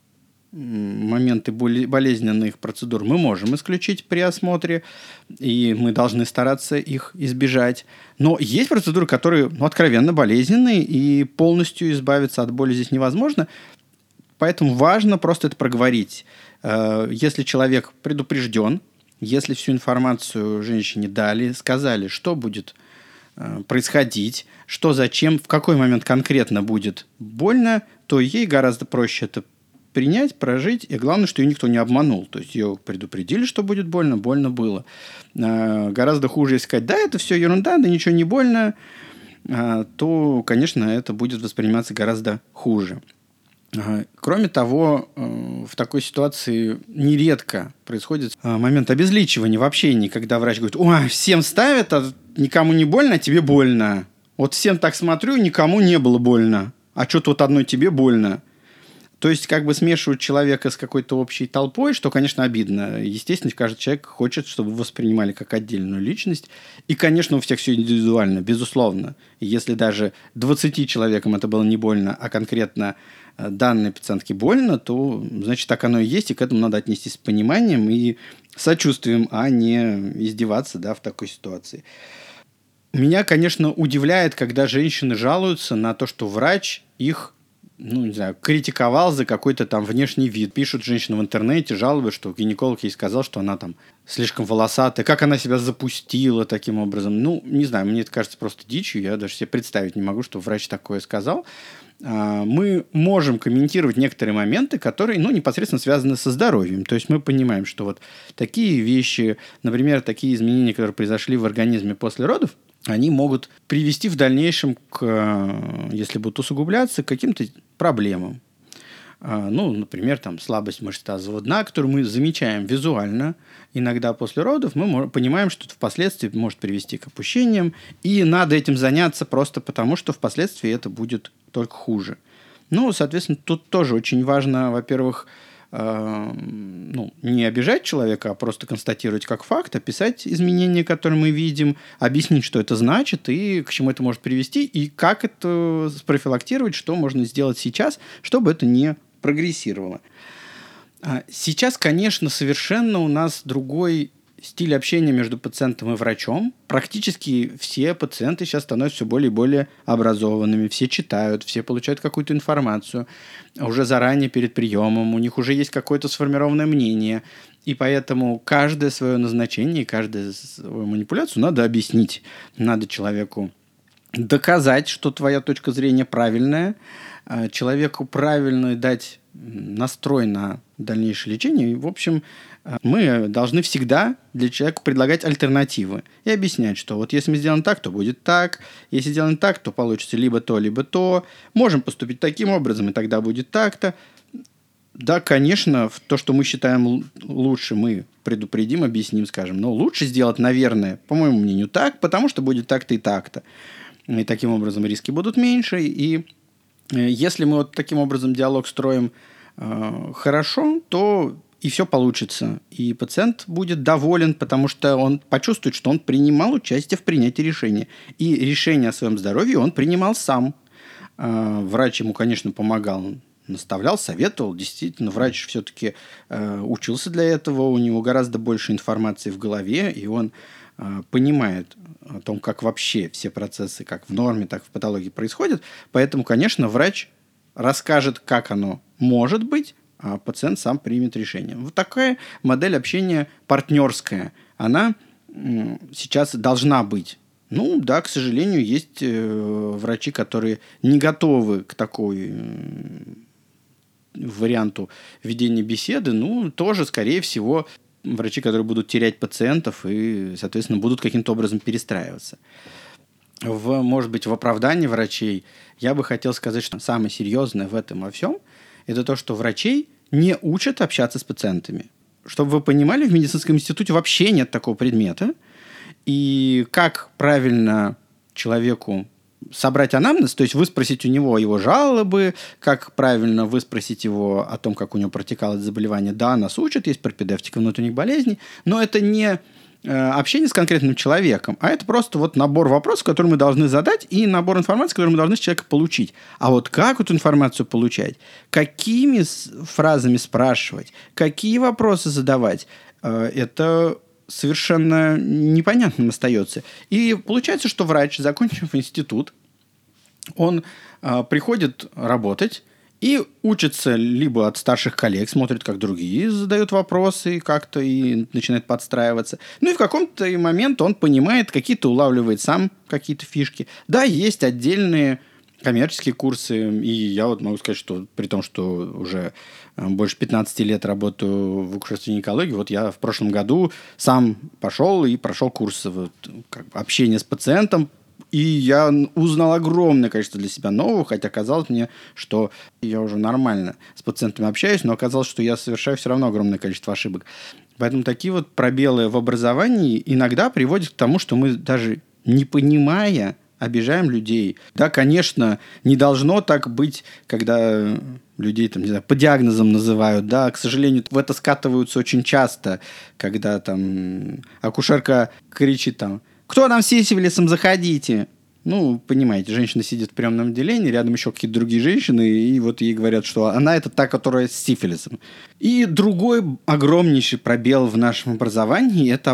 моменты болезненных процедур мы можем исключить при осмотре, и мы должны стараться их избежать. Но есть процедуры, которые откровенно болезненные, и полностью избавиться от боли здесь невозможно. Поэтому важно просто это проговорить. Если человек предупрежден, если всю информацию женщине дали, сказали, что будет происходить, что, зачем, в какой момент конкретно будет больно, то ей гораздо проще это принять, прожить. И главное, что ее никто не обманул. То есть ее предупредили, что будет больно, больно было. Гораздо хуже, если сказать, да, это все ерунда, да ничего не больно, то, конечно, это будет восприниматься гораздо хуже. Кроме того, в такой ситуации нередко происходит момент обезличивания в общении, когда врач говорит: «Ой, всем ставят, а никому не больно, а тебе больно. Вот всем так смотрю, никому не было больно, а что-то вот одной тебе больно». То есть, смешивают человека с какой-то общей толпой, что, конечно, обидно. Естественно, каждый человек хочет, чтобы воспринимали как отдельную личность. И, конечно, у всех все индивидуально, безусловно. И если даже 20 человекам это было не больно, а конкретно данной пациентке больно, то, значит, так оно и есть, и к этому надо отнестись с пониманием и сочувствием, а не издеваться, в такой ситуации. Меня, конечно, удивляет, когда женщины жалуются на то, что врач их критиковал за какой-то внешний вид. Пишут женщины в интернете, жалуются, что гинеколог ей сказал, что она слишком волосатая, как она себя запустила таким образом. Не знаю, мне это кажется просто дичью, я даже себе представить не могу, что врач такое сказал. Мы можем комментировать некоторые моменты, которые, непосредственно связаны со здоровьем. То есть мы понимаем, что вот такие вещи, например, такие изменения, которые произошли в организме после родов, они могут привести в дальнейшем, если будут усугубляться, к каким-то проблемам. Например, слабость мышц тазового дна, которую мы замечаем визуально. Иногда после родов мы понимаем, что это впоследствии может привести к опущениям, и надо этим заняться просто потому, что впоследствии это будет только хуже. Соответственно, тут тоже очень важно, во-первых, не обижать человека, а просто констатировать как факт, описать изменения, которые мы видим, объяснить, что это значит и к чему это может привести, и как это спрофилактировать, что можно сделать сейчас, чтобы это не прогрессировало. Сейчас, конечно, совершенно у нас другой стиль общения между пациентом и врачом. Практически все пациенты сейчас становятся все более и более образованными, все читают, все получают какую-то информацию уже заранее перед приемом, у них уже есть какое-то сформированное мнение, и поэтому каждое свое назначение, каждую свою манипуляцию надо объяснить, надо человеку доказать, что твоя точка зрения правильная, человеку правильно дать настрой на дальнейшее лечение. И, в общем, мы должны всегда для человека предлагать альтернативы и объяснять, что вот если мы сделаем так, то будет так, если сделаем так, то получится либо то, либо то. Можем поступить таким образом, и тогда будет так-то. Да, конечно, то, что мы считаем лучше, мы предупредим, объясним, скажем. Но лучше сделать, наверное, по моему мнению, так, потому что будет так-то и так-то. И таким образом риски будут меньше. И если мы вот таким образом диалог строим хорошо, то и все получится. И пациент будет доволен, потому что он почувствует, что он принимал участие в принятии решения. И решение о своем здоровье он принимал сам. Врач ему, конечно, помогал, наставлял, советовал. Действительно, врач все-таки учился для этого. У него гораздо больше информации в голове, и он понимает о том, как вообще все процессы, как в норме, так и в патологии происходят. Поэтому, конечно, врач расскажет, как оно может быть, а пациент сам примет решение. Вот такая модель общения партнерская. Она сейчас должна быть. Ну, да, к сожалению, есть врачи, которые не готовы к такой варианту ведения беседы. Ну, тоже, скорее всего, врачи, которые будут терять пациентов и, соответственно, будут каким-то образом перестраиваться. Может быть, в оправдании врачей я бы хотел сказать, что самое серьезное в этом во всем – это то, что врачей не учат общаться с пациентами. Чтобы вы понимали, в медицинском институте вообще нет такого предмета. И как правильно человеку собрать анамнез, то есть выспросить у него его жалобы, как правильно выспросить его о том, как у него протекало это заболевание. Да, нас учат, есть пропедевтика внутренних болезней, но это не общение с конкретным человеком, а это просто вот набор вопросов, которые мы должны задать, и набор информации, которую мы должны с человека получить. А вот как эту информацию получать, какими фразами спрашивать, какие вопросы задавать, это совершенно непонятным остается. И получается, что врач, закончив институт, он приходит работать и учится либо от старших коллег, смотрит, как другие задают вопросы как-то и начинает подстраиваться. Ну и в каком-то момент он понимает, какие-то улавливает сам какие-то фишки. Да, есть отдельные коммерческие курсы, и я вот могу сказать, что при том, что уже больше 15 лет работаю в акушерстве и гинекологии, вот я в прошлом году сам пошел и прошел курсы вот, как бы общения с пациентом, и я узнал огромное количество для себя нового, хотя казалось мне, что я уже нормально с пациентами общаюсь, но оказалось, что я совершаю все равно огромное количество ошибок. Поэтому такие вот пробелы в образовании иногда приводят к тому, что мы даже не понимая, обижаем людей. Да, конечно, не должно так быть, когда людей там, не знаю, по диагнозам называют. Да, к сожалению, в это скатываются очень часто, когда там акушерка кричит там: «Кто там с сифилисом? Заходите!» Ну, понимаете, женщина сидит в приемном отделении, рядом еще какие-то другие женщины, и вот ей говорят, что она это та, которая с сифилисом. И другой огромнейший пробел в нашем образовании – это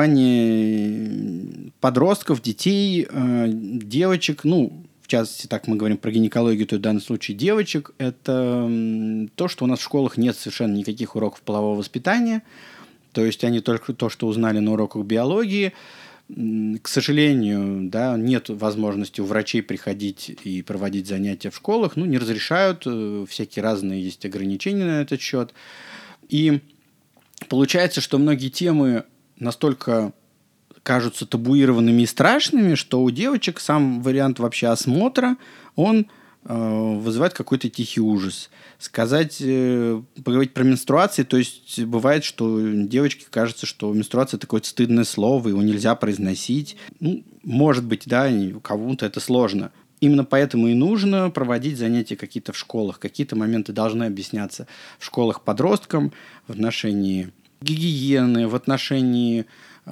образование подростков, детей, девочек, ну, в частности, так мы говорим про гинекологию, то в данном случае девочек, это то, что у нас в школах нет совершенно никаких уроков полового воспитания, то есть они только то, что узнали на уроках биологии. К сожалению, да, нет возможности у врачей приходить и проводить занятия в школах. Ну, не разрешают, всякие разные есть ограничения на этот счет. И получается, что многие темы настолько кажутся табуированными и страшными, что у девочек сам вариант вообще осмотра, он вызывает какой-то тихий ужас. Поговорить про менструации, то есть бывает, что девочке кажется, что менструация – это какое-то стыдное слово, его нельзя произносить. Ну, может быть, да, кому-то это сложно. Именно поэтому и нужно проводить занятия какие-то в школах. Какие-то моменты должны объясняться в школах подросткам в отношении гигиены, в отношении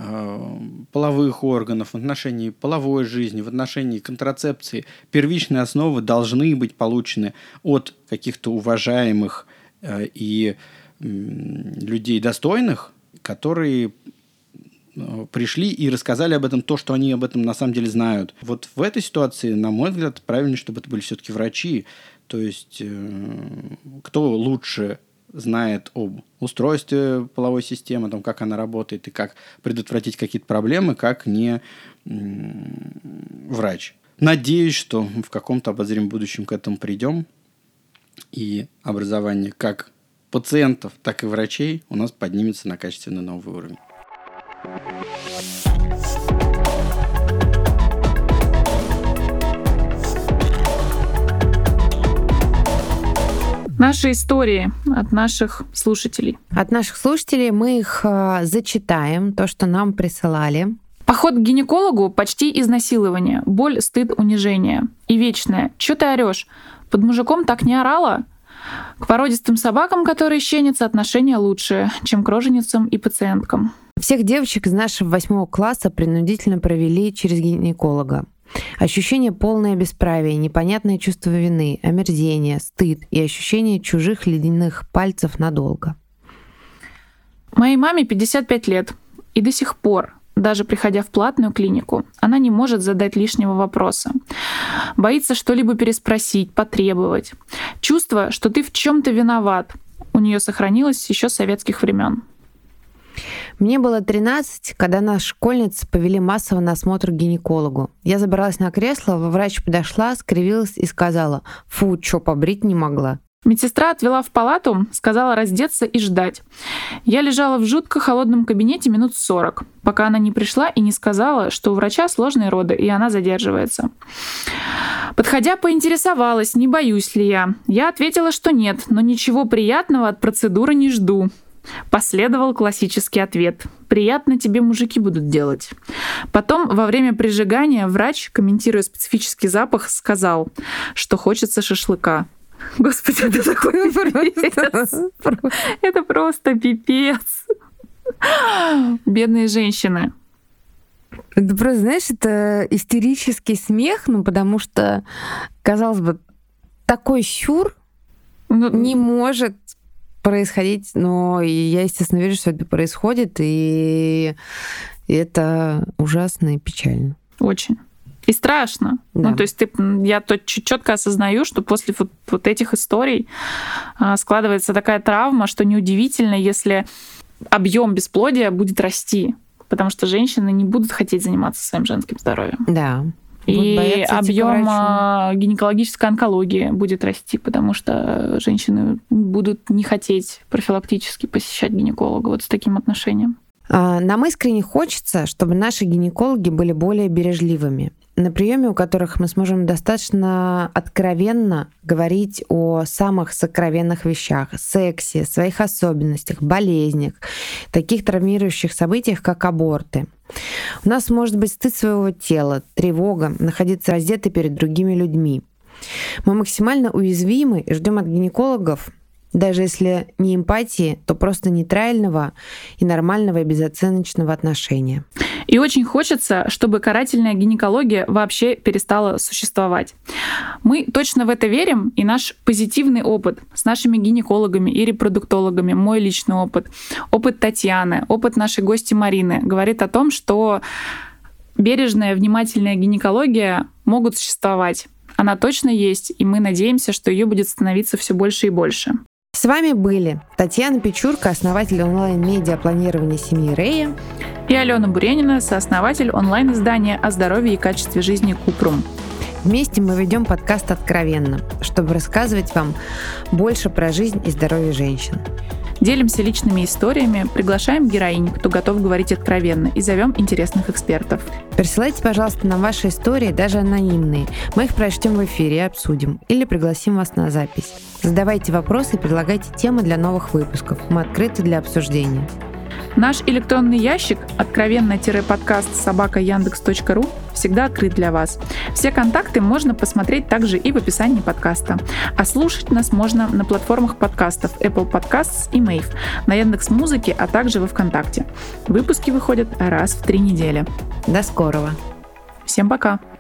половых органов, в отношении половой жизни, в отношении контрацепции. Первичные основы должны быть получены от каких-то уважаемых и людей достойных, которые пришли и рассказали об этом то, что они об этом на самом деле знают. Вот в этой ситуации, на мой взгляд, правильнее, чтобы это были все-таки врачи. То есть кто лучше знает об устройстве половой системы, о том, как она работает и как предотвратить какие-то проблемы, как не врач. Надеюсь, что в каком-то обозримом будущем к этому придем. И образование как пациентов, так и врачей у нас поднимется на качественно новый уровень. Наши истории от наших слушателей. От наших слушателей мы их зачитаем, то, что нам присылали. Поход к гинекологу — почти изнасилование, боль, стыд, унижение. И вечное: «Чё ты орёшь? Под мужиком так не орала?» К породистым собакам, которые щенятся, отношения лучше, чем к роженицам и пациенткам. Всех девочек из нашего 8 класса принудительно провели через гинеколога. Ощущение полное бесправия, непонятное чувство вины, омерзение, стыд и ощущение чужих ледяных пальцев надолго. Моей маме 55 лет, и до сих пор, даже приходя в платную клинику, она не может задать лишнего вопроса. Боится что-либо переспросить, потребовать. Чувство, что ты в чем-то виноват, у нее сохранилось еще с советских времен. Мне было 13, когда нас школьниц повели массово на осмотр к гинекологу. Я забралась на кресло, врач подошла, скривилась и сказала: «Фу, чё, побрить не могла». Медсестра отвела в палату, сказала раздеться и ждать. Я лежала в жутко холодном кабинете минут 40, пока она не пришла и не сказала, что у врача сложные роды, и она задерживается. Подходя, поинтересовалась, не боюсь ли я. Я ответила, что нет, но ничего приятного от процедуры не жду. Последовал классический ответ: «Приятно тебе мужики будут делать». Потом, во время прижигания, врач, комментируя специфический запах, сказал, что хочется шашлыка. Господи, это такой пипец. Это просто пипец. Бедные женщины. Это просто, знаешь, это истерический смех, потому что, казалось бы, такой сюр не может происходить, но я, естественно, вижу, что это происходит, и это ужасно и печально. Очень. И страшно. Да. То есть я четко осознаю, что после вот этих историй складывается такая травма, что неудивительно, если объем бесплодия будет расти, потому что женщины не будут хотеть заниматься своим женским здоровьем. Да. И объем гинекологической онкологии будет расти, потому что женщины будут не хотеть профилактически посещать гинеколога вот с таким отношением. Нам искренне хочется, чтобы наши гинекологи были более бережливыми. На приеме, у которых мы сможем достаточно откровенно говорить о самых сокровенных вещах, сексе, своих особенностях, болезнях, таких травмирующих событиях, как аборты. У нас может быть стыд своего тела, тревога, находиться раздетой перед другими людьми. Мы максимально уязвимы и ждем от гинекологов, даже если не эмпатии, то просто нейтрального и нормального и безоценочного отношения. И очень хочется, чтобы карательная гинекология вообще перестала существовать. Мы точно в это верим, и наш позитивный опыт с нашими гинекологами и репродуктологами, мой личный опыт, опыт Татьяны, опыт нашей гости Марины говорит о том, что бережная, внимательная гинекология могут существовать. Она точно есть, и мы надеемся, что ее будет становиться все больше и больше. С вами были Татьяна Печурка, основатель онлайн-медиа планирования семьи Рэя, и Алена Буренина, сооснователь онлайн-издания о здоровье и качестве жизни Купрум. Вместе мы ведем подкаст «Откровенно», чтобы рассказывать вам больше про жизнь и здоровье женщин. Делимся личными историями, приглашаем героинь, кто готов говорить откровенно, и зовем интересных экспертов. Присылайте, пожалуйста, нам ваши истории, даже анонимные. Мы их прочтем в эфире и обсудим. Или пригласим вас на запись. Задавайте вопросы и предлагайте темы для новых выпусков. Мы открыты для обсуждения. Наш электронный ящик откровенно-подкаст@yandex.ru всегда открыт для вас. Все контакты можно посмотреть также и в описании подкаста. А слушать нас можно на платформах подкастов Apple Podcasts и Mave, на Яндекс.Музыке, а также во ВКонтакте. Выпуски выходят раз в 3 недели. До скорого. Всем пока!